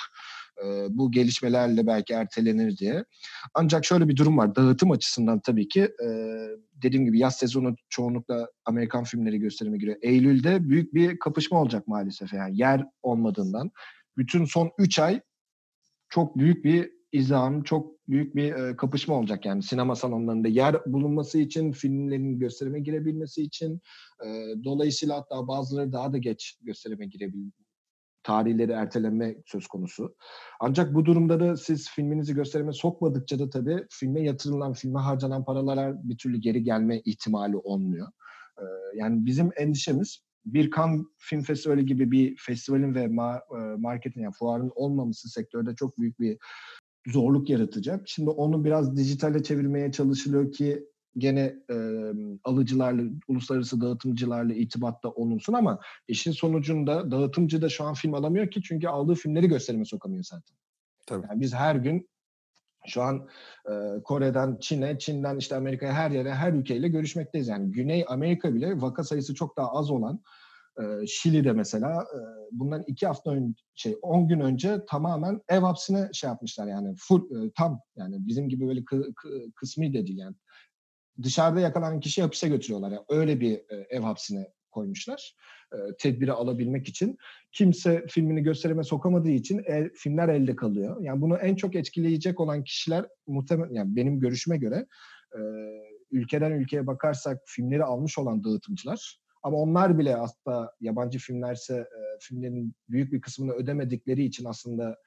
S4: Bu gelişmelerle belki ertelenir diye. Ancak şöyle bir durum var. Dağıtım açısından tabii ki dediğim gibi yaz sezonu çoğunlukla Amerikan filmleri gösterime giriyor. Eylül'de büyük bir kapışma olacak maalesef. Yani yer olmadığından. Bütün son 3 ay çok büyük bir izdiham, çok büyük bir kapışma olacak yani sinema salonlarında yer bulunması için, filmlerin gösterime girebilmesi için. Dolayısıyla hatta bazıları daha da geç gösterime girebilir. Tarihleri ertelenme söz konusu. Ancak bu durumda da siz filminizi gösterime sokmadıkça da tabii filme yatırılan, filme harcanan paralar bir türlü geri gelme ihtimali olmuyor. Yani bizim endişemiz bir Cannes Film Festivali gibi bir festivalin ve marketin yani fuarın olmaması sektörde çok büyük bir zorluk yaratacak. Şimdi onu biraz dijitale çevirmeye çalışılıyor ki gene alıcılarla, uluslararası dağıtımcılarla irtibatta olunsun ama işin sonucunda dağıtımcı da şu an film alamıyor ki çünkü aldığı filmleri gösterime sokamıyor zaten.
S3: Tabii.
S4: Yani biz her gün şu an Kore'den Çin'e, Çin'den işte Amerika'ya her yere, her ülkeyle görüşmekteyiz. Yani Güney Amerika bile vaka sayısı çok daha az olan Şili'de mesela bundan 2 hafta önce, 10 gün önce tamamen ev hapsine yapmışlar yani full tam yani bizim gibi böyle kısmi de değil yani. Dışarıda yakalanan kişiyi hapise götürüyorlar. Yani öyle bir ev hapsine koymuşlar. Tedbiri alabilmek için. Kimse filmini gösterime sokamadığı için filmler elde kalıyor. Yani bunu en çok etkileyecek olan kişiler muhtemelen yani benim görüşüme göre ülkeden ülkeye bakarsak filmleri almış olan dağıtımcılar. Ama onlar bile aslında yabancı filmlerse filmlerin büyük bir kısmını ödemedikleri için aslında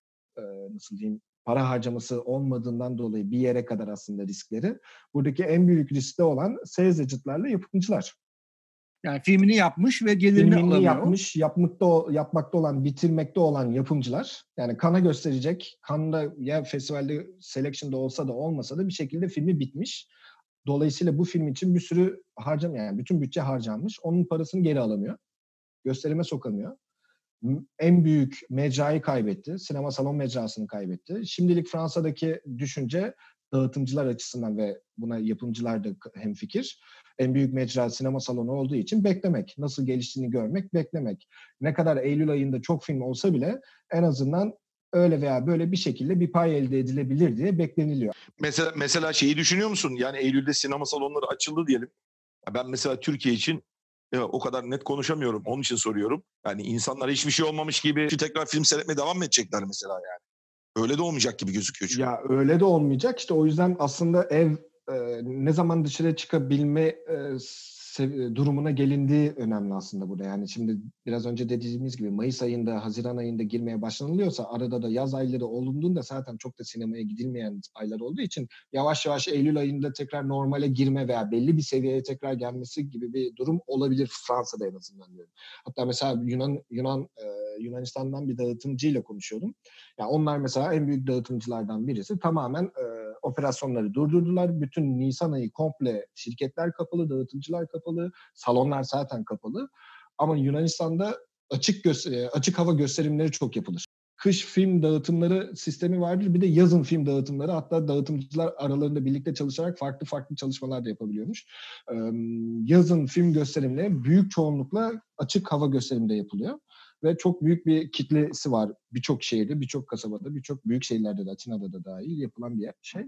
S4: nasıl diyeyim para harcaması olmadığından dolayı bir yere kadar aslında riskleri. Buradaki en büyük riskte olan sales agent'larla yapımcılar.
S2: Yani filmini yapmış ve gelirini alamıyor.
S4: Yapmış, yapmakta olan, bitirmekte olan yapımcılar. Yani Cannes'a gösterecek. Cannes'da ya festivalde selection'da olsa da olmasa da bir şekilde filmi bitmiş. Dolayısıyla bu film için bir sürü yani bütün bütçe harcanmış. Onun parasını geri alamıyor. Gösterime sokamıyor. En büyük mecrayı kaybetti. Sinema salon mecrasını kaybetti. Şimdilik Fransa'daki düşünce dağıtımcılar açısından ve buna yapımcılar da hemfikir. En büyük mecra sinema salonu olduğu için beklemek. Nasıl geliştiğini görmek, beklemek. Ne kadar Eylül ayında çok film olsa bile en azından öyle veya böyle bir şekilde bir pay elde edilebilir diye bekleniliyor.
S3: Mesela şeyi düşünüyor musun? Yani Eylül'de sinema salonları açıldı diyelim. Ben mesela Türkiye için o kadar net konuşamıyorum. Onun için soruyorum. Yani insanlar hiçbir şey olmamış gibi tekrar film seyretmeye devam mı edecekler mesela yani? Öyle de olmayacak gibi gözüküyor çünkü.
S4: Ya öyle de olmayacak. İşte o yüzden aslında ne zaman dışarı çıkabilme durumuna gelindiği önemli aslında burada. Yani şimdi biraz önce dediğimiz gibi Mayıs ayında, Haziran ayında girmeye başlanılıyorsa arada da yaz ayları olunduğunda zaten çok da sinemaya gidilmeyen aylar olduğu için yavaş yavaş Eylül ayında tekrar normale girme veya belli bir seviyeye tekrar gelmesi gibi bir durum olabilir Fransa'da en azından diyorum. Hatta mesela Yunanistan'dan bir dağıtımcıyla konuşuyordum. Yani onlar mesela en büyük dağıtımcılardan birisi. Tamamen operasyonları durdurdular. Bütün Nisan ayı komple şirketler kapalı, dağıtımcılar kapalı, salonlar zaten kapalı. Ama Yunanistan'da açık hava gösterimleri çok yapılır. Kış film dağıtımları sistemi vardır. Bir de yazın film dağıtımları. Hatta dağıtımcılar aralarında birlikte çalışarak farklı çalışmalar da yapabiliyormuş. Yazın film gösterimleri büyük çoğunlukla açık hava gösteriminde yapılıyor. Ve çok büyük bir kitlesi var. Birçok şehirde, birçok kasabada, birçok büyük şehirlerde de, Atina'da da dahil yapılan bir şey.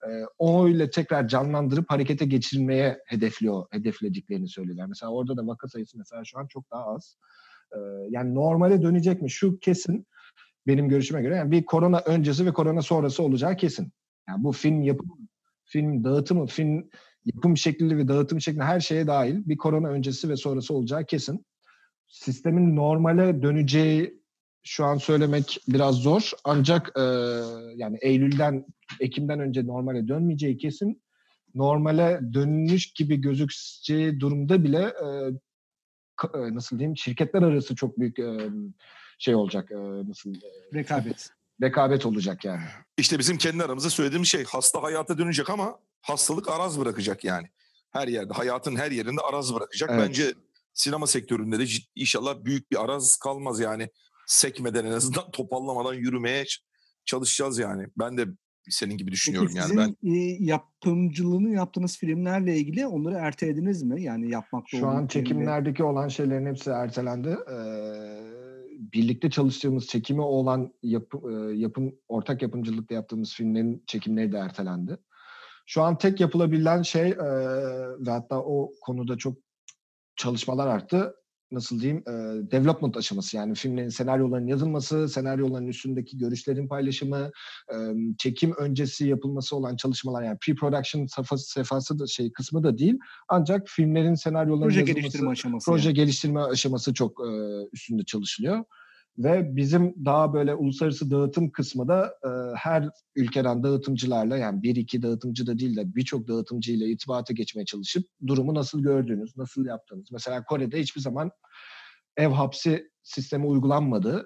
S4: O ile tekrar canlandırıp harekete geçirmeye hedeflediklerini söylüyorlar. Mesela orada da vaka sayısı mesela şu an çok daha az. Yani normale dönecek mi? Şu kesin benim görüşüme göre. Yani bir korona öncesi ve korona sonrası olacağı kesin. Yani bu film yapımı, film dağıtımı, film yapım şekli ve dağıtım şekli her şeye dahil bir korona öncesi ve sonrası olacağı kesin. Sistemin normale döneceği şu an söylemek biraz zor. Ancak yani Ekim'den önce normale dönmeyeceği kesin. Normale dönmüş gibi gözükeceği durumda bile nasıl diyeyim, şirketler arası çok büyük şey olacak. Rekabet olacak yani.
S3: İşte bizim kendi aramızda söylediğimiz şey, hasta hayata dönecek ama hastalık araz bırakacak yani. Her yerde, hayatın her yerinde araz bırakacak. Evet. Bence sinema sektöründe de inşallah büyük bir araz kalmaz yani. Sekmeden, en azından topallamadan yürümeye çalışacağız yani. Ben de senin gibi düşünüyorum.
S2: Peki sizin yapımcılığını yaptığınız filmlerle ilgili onları ertelediniz mi? Yani yapmakta
S4: şu an çekimlerdeki olan şeylerin hepsi ertelendi. Birlikte çalıştığımız, çekimi olan ortak yapımcılıkta yaptığımız filmlerin çekimleri de ertelendi. Şu an tek yapılabilen şey ve hatta o konuda çok çalışmalar arttı. Nasıl diyeyim? Development aşaması, yani filmlerin senaryoların yazılması, senaryoların üstündeki görüşlerin paylaşımı, çekim öncesi yapılması olan çalışmalar, yani pre-production safhası da kısmı da değil. Ancak filmlerin senaryoların yazılması, geliştirme aşaması çok üstünde çalışılıyor. Ve bizim daha böyle uluslararası dağıtım kısmı da her ülkeden dağıtımcılarla, yani bir iki dağıtımcı da değil de birçok dağıtımcıyla irtibata geçmeye çalışıp durumu nasıl gördüğünüz, nasıl yaptığınız. Mesela Kore'de hiçbir zaman ev hapsi sistemi uygulanmadı.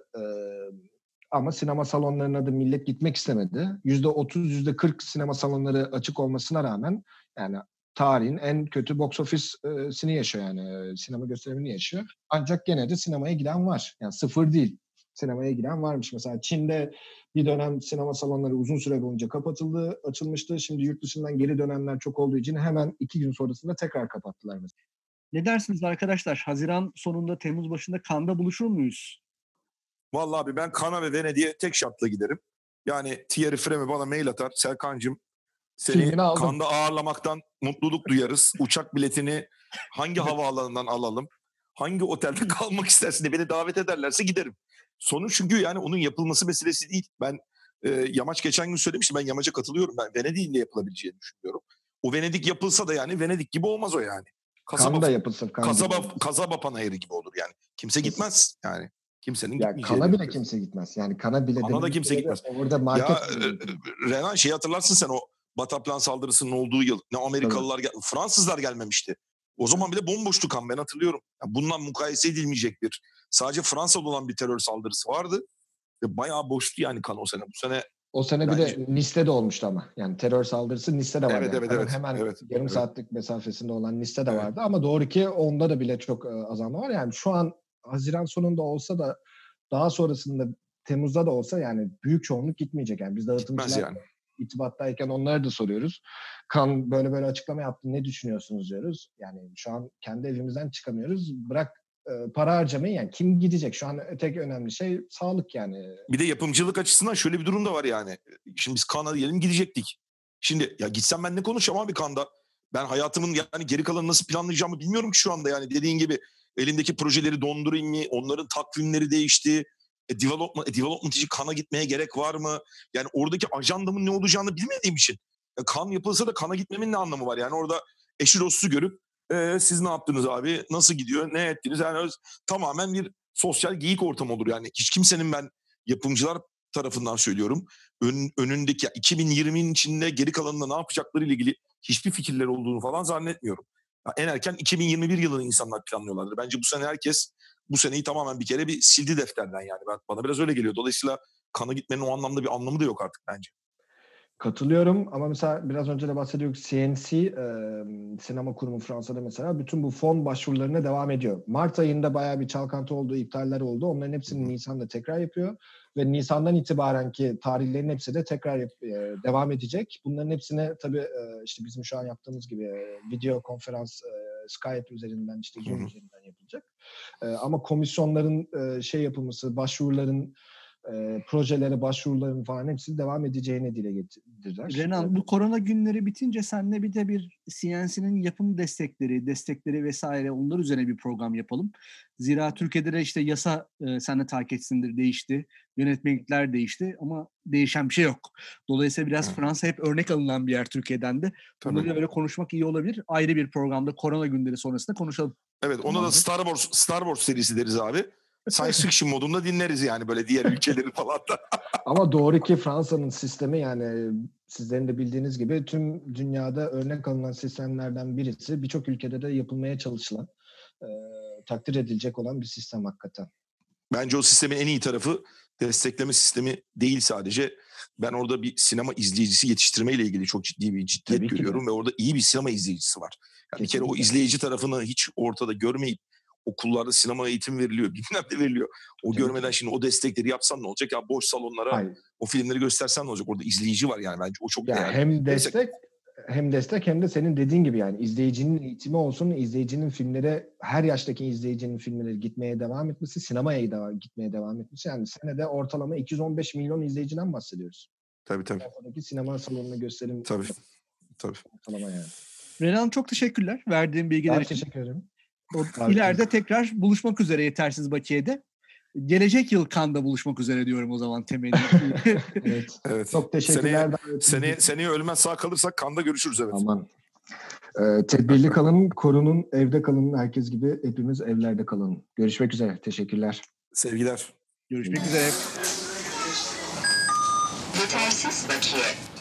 S4: Ama sinema salonlarına da millet gitmek istemedi. %30, %40 sinema salonları açık olmasına rağmen yani tarihin en kötü box office'ini yaşıyor yani. Sinema gösterimini yaşıyor. Ancak gene de sinemaya giden var. Yani sıfır değil. Sinemaya giden varmış. Mesela Çin'de bir dönem sinema salonları uzun süre boyunca kapatıldı, açılmıştı. Şimdi yurt dışından geri dönenler çok olduğu için hemen 2 gün sonrasında tekrar kapattılar mesela.
S2: Ne dersiniz arkadaşlar? Haziran sonunda, Temmuz başında Cannes'da buluşur muyuz?
S3: Vallahi abi ben Cannes'a ve Venedik'e tek şartla giderim. Yani Thierry Fremy bana mail atar. Serkan'cığım, seni Cannes'da ağırlamaktan mutluluk duyarız. Uçak biletini hangi havaalanından alalım? Hangi otelde kalmak istersin diye beni davet ederlerse giderim. Sonuç çünkü yani onun yapılması meselesi değil. Ben Yamaç geçen gün söylemiştim. Ben Yamaç'a katılıyorum. Ben Venedik'in de yapılabileceğini düşünüyorum. O Venedik yapılsa da yani Venedik gibi olmaz o yani.
S4: Cannes'da yapılsın.
S3: Kasaba panayırı gibi olur yani. Kimse gitmez yani. Kimsenin gitmeyeceği.
S4: Cannes'a bile kimse gitmez. Yani Cannes'a
S3: da kimse gitmez.
S4: Orada market.
S3: Renan hatırlarsın sen, o Bataclan saldırısının olduğu yıl. Ne Amerikalılar Fransızlar gelmemişti. O zaman bile bomboştu Cannes, ben hatırlıyorum. Yani bundan mukayese edilmeyecek sadece Fransa'da olan bir terör saldırısı vardı. Ve bayağı boştu yani Cannes o sene. Bu sene
S4: O sene bir de Nice'de de olmuştu ama. Yani terör saldırısı Nice'de de vardı. Hemen yarım saatlik mesafesinde olan Nice'de de vardı. Ama doğru ki onda da bile çok azalma var. Yani şu an Haziran sonunda olsa da daha sonrasında Temmuz'da da olsa yani büyük çoğunluk gitmeyecek. Yani biz dağıtımcılar yani irtibattayken onlara da soruyoruz. Kan böyle açıklama yaptı, ne düşünüyorsunuz diyoruz. Yani şu an kendi evimizden çıkamıyoruz. Bırak para harcamayı, yani kim gidecek? Şu an tek önemli şey sağlık yani.
S3: Bir de yapımcılık açısından şöyle bir durum da var yani. Şimdi biz Cannes'a diyelim gidecektik. Şimdi ya gitsem ben ne konuşacağım abi Cannes'da? Ben hayatımın yani geri kalanını nasıl planlayacağımı bilmiyorum ki şu anda yani. Dediğin gibi elimdeki projeleri dondurayım mı? Onların takvimleri değişti. Development için Cannes'a gitmeye gerek var mı? Yani oradaki ajandamın ne olacağını bilmediğim için. Cannes yapılsa da Cannes'a gitmemin ne anlamı var? Yani orada eşi dostu görüp siz ne yaptınız abi? Nasıl gidiyor? Ne ettiniz? Yani tamamen bir sosyal geyik ortamı olur. Yani hiç kimsenin, ben yapımcılar tarafından söylüyorum, önündeki 2020'nin içinde geri kalanında ne yapacakları ile ilgili hiçbir fikirleri olduğunu falan zannetmiyorum. Yani en erken 2021 yılını insanlar planlıyorlardır. Bence bu sene herkes bu seneyi tamamen bir kere bir sildi defterden yani. Bana biraz öyle geliyor. Dolayısıyla Cannes'a gitmenin o anlamda bir anlamı da yok artık bence.
S4: Katılıyorum ama mesela biraz önce de bahsediyorduk, CNC sinema kurumu Fransa'da mesela bütün bu fon başvurularına devam ediyor. Mart ayında bayağı bir çalkantı oldu, iptaller oldu. Onların hepsini Nisan'da tekrar yapıyor ve Nisan'dan itibaren ki tarihlerin hepsi de tekrar devam edecek. Bunların hepsine tabii işte bizim şu an yaptığımız gibi video konferans Skype üzerinden, işte Zoom üzerinden yapılacak. Ama komisyonların yapılması, başvuruların projelere başvuruların falan hepsi devam edeceğini dile getirdiler.
S2: Renan, bu korona günleri bitince seninle bir de bir CNC'nin yapım destekleri vesaire, onlar üzerine bir program yapalım. Zira Türkiye'de de işte yasa sen de takip etsindir değişti. Yönetmelikler değişti ama değişen bir şey yok. Dolayısıyla biraz Fransa hep örnek alınan bir yer Türkiye'den de. Bunları böyle konuşmak iyi olabilir. Ayrı bir programda korona günleri sonrasında konuşalım.
S3: Evet, ona da Star Wars serisi deriz abi. Science fiction modunda dinleriz yani böyle diğer ülkeleri falan da.
S4: Ama doğru ki Fransa'nın sistemi, yani sizlerin de bildiğiniz gibi tüm dünyada örnek alınan sistemlerden birisi. Birçok ülkede de yapılmaya çalışılan, takdir edilecek olan bir sistem hakikaten.
S3: Bence o sistemin en iyi tarafı destekleme sistemi değil sadece. Ben orada bir sinema izleyicisi yetiştirmeyle ilgili çok ciddiyet görüyorum ve orada iyi bir sinema izleyicisi var. Yani bir kere o izleyici tarafını hiç ortada görmeyip okullarda sinema eğitimi veriliyor, bilmem ne veriliyor. O görmeden şimdi o destekleri yapsan ne olacak? Ya boş salonlara o filmleri göstersen ne olacak? Orada izleyici var yani, bence o çok değerli.
S4: Hem destek hem de senin dediğin gibi yani izleyicinin eğitimi olsun, izleyicinin filmlere, her yaştaki izleyicinin filmlere gitmeye devam etmesi, sinemaya gitmeye devam etmesi. Yani senede ortalama 215 milyon izleyiciden bahsediyoruz.
S3: Tabii.
S4: Oradaki sinema salonuna gösterim.
S3: Tabii.
S4: Ortalama yani.
S2: Renan, çok teşekkürler verdiğin bilgiler için.
S4: Ben teşekkür ederim.
S2: İleride tekrar buluşmak üzere Yetersiz Bakiye'de. Gelecek yıl Cannes'da buluşmak üzere diyorum o zaman temenni.
S4: Evet. Çok teşekkürler.
S3: Seneye ölmez sağ kalırsak Cannes'da görüşürüz. Evet.
S4: Aman. Tedbirli kalın, korunun, evde kalın. Herkes gibi hepimiz evlerde kalın. Görüşmek üzere. Teşekkürler.
S3: Sevgiler.
S2: Görüşmek üzere.
S1: Yetersiz Bakiye.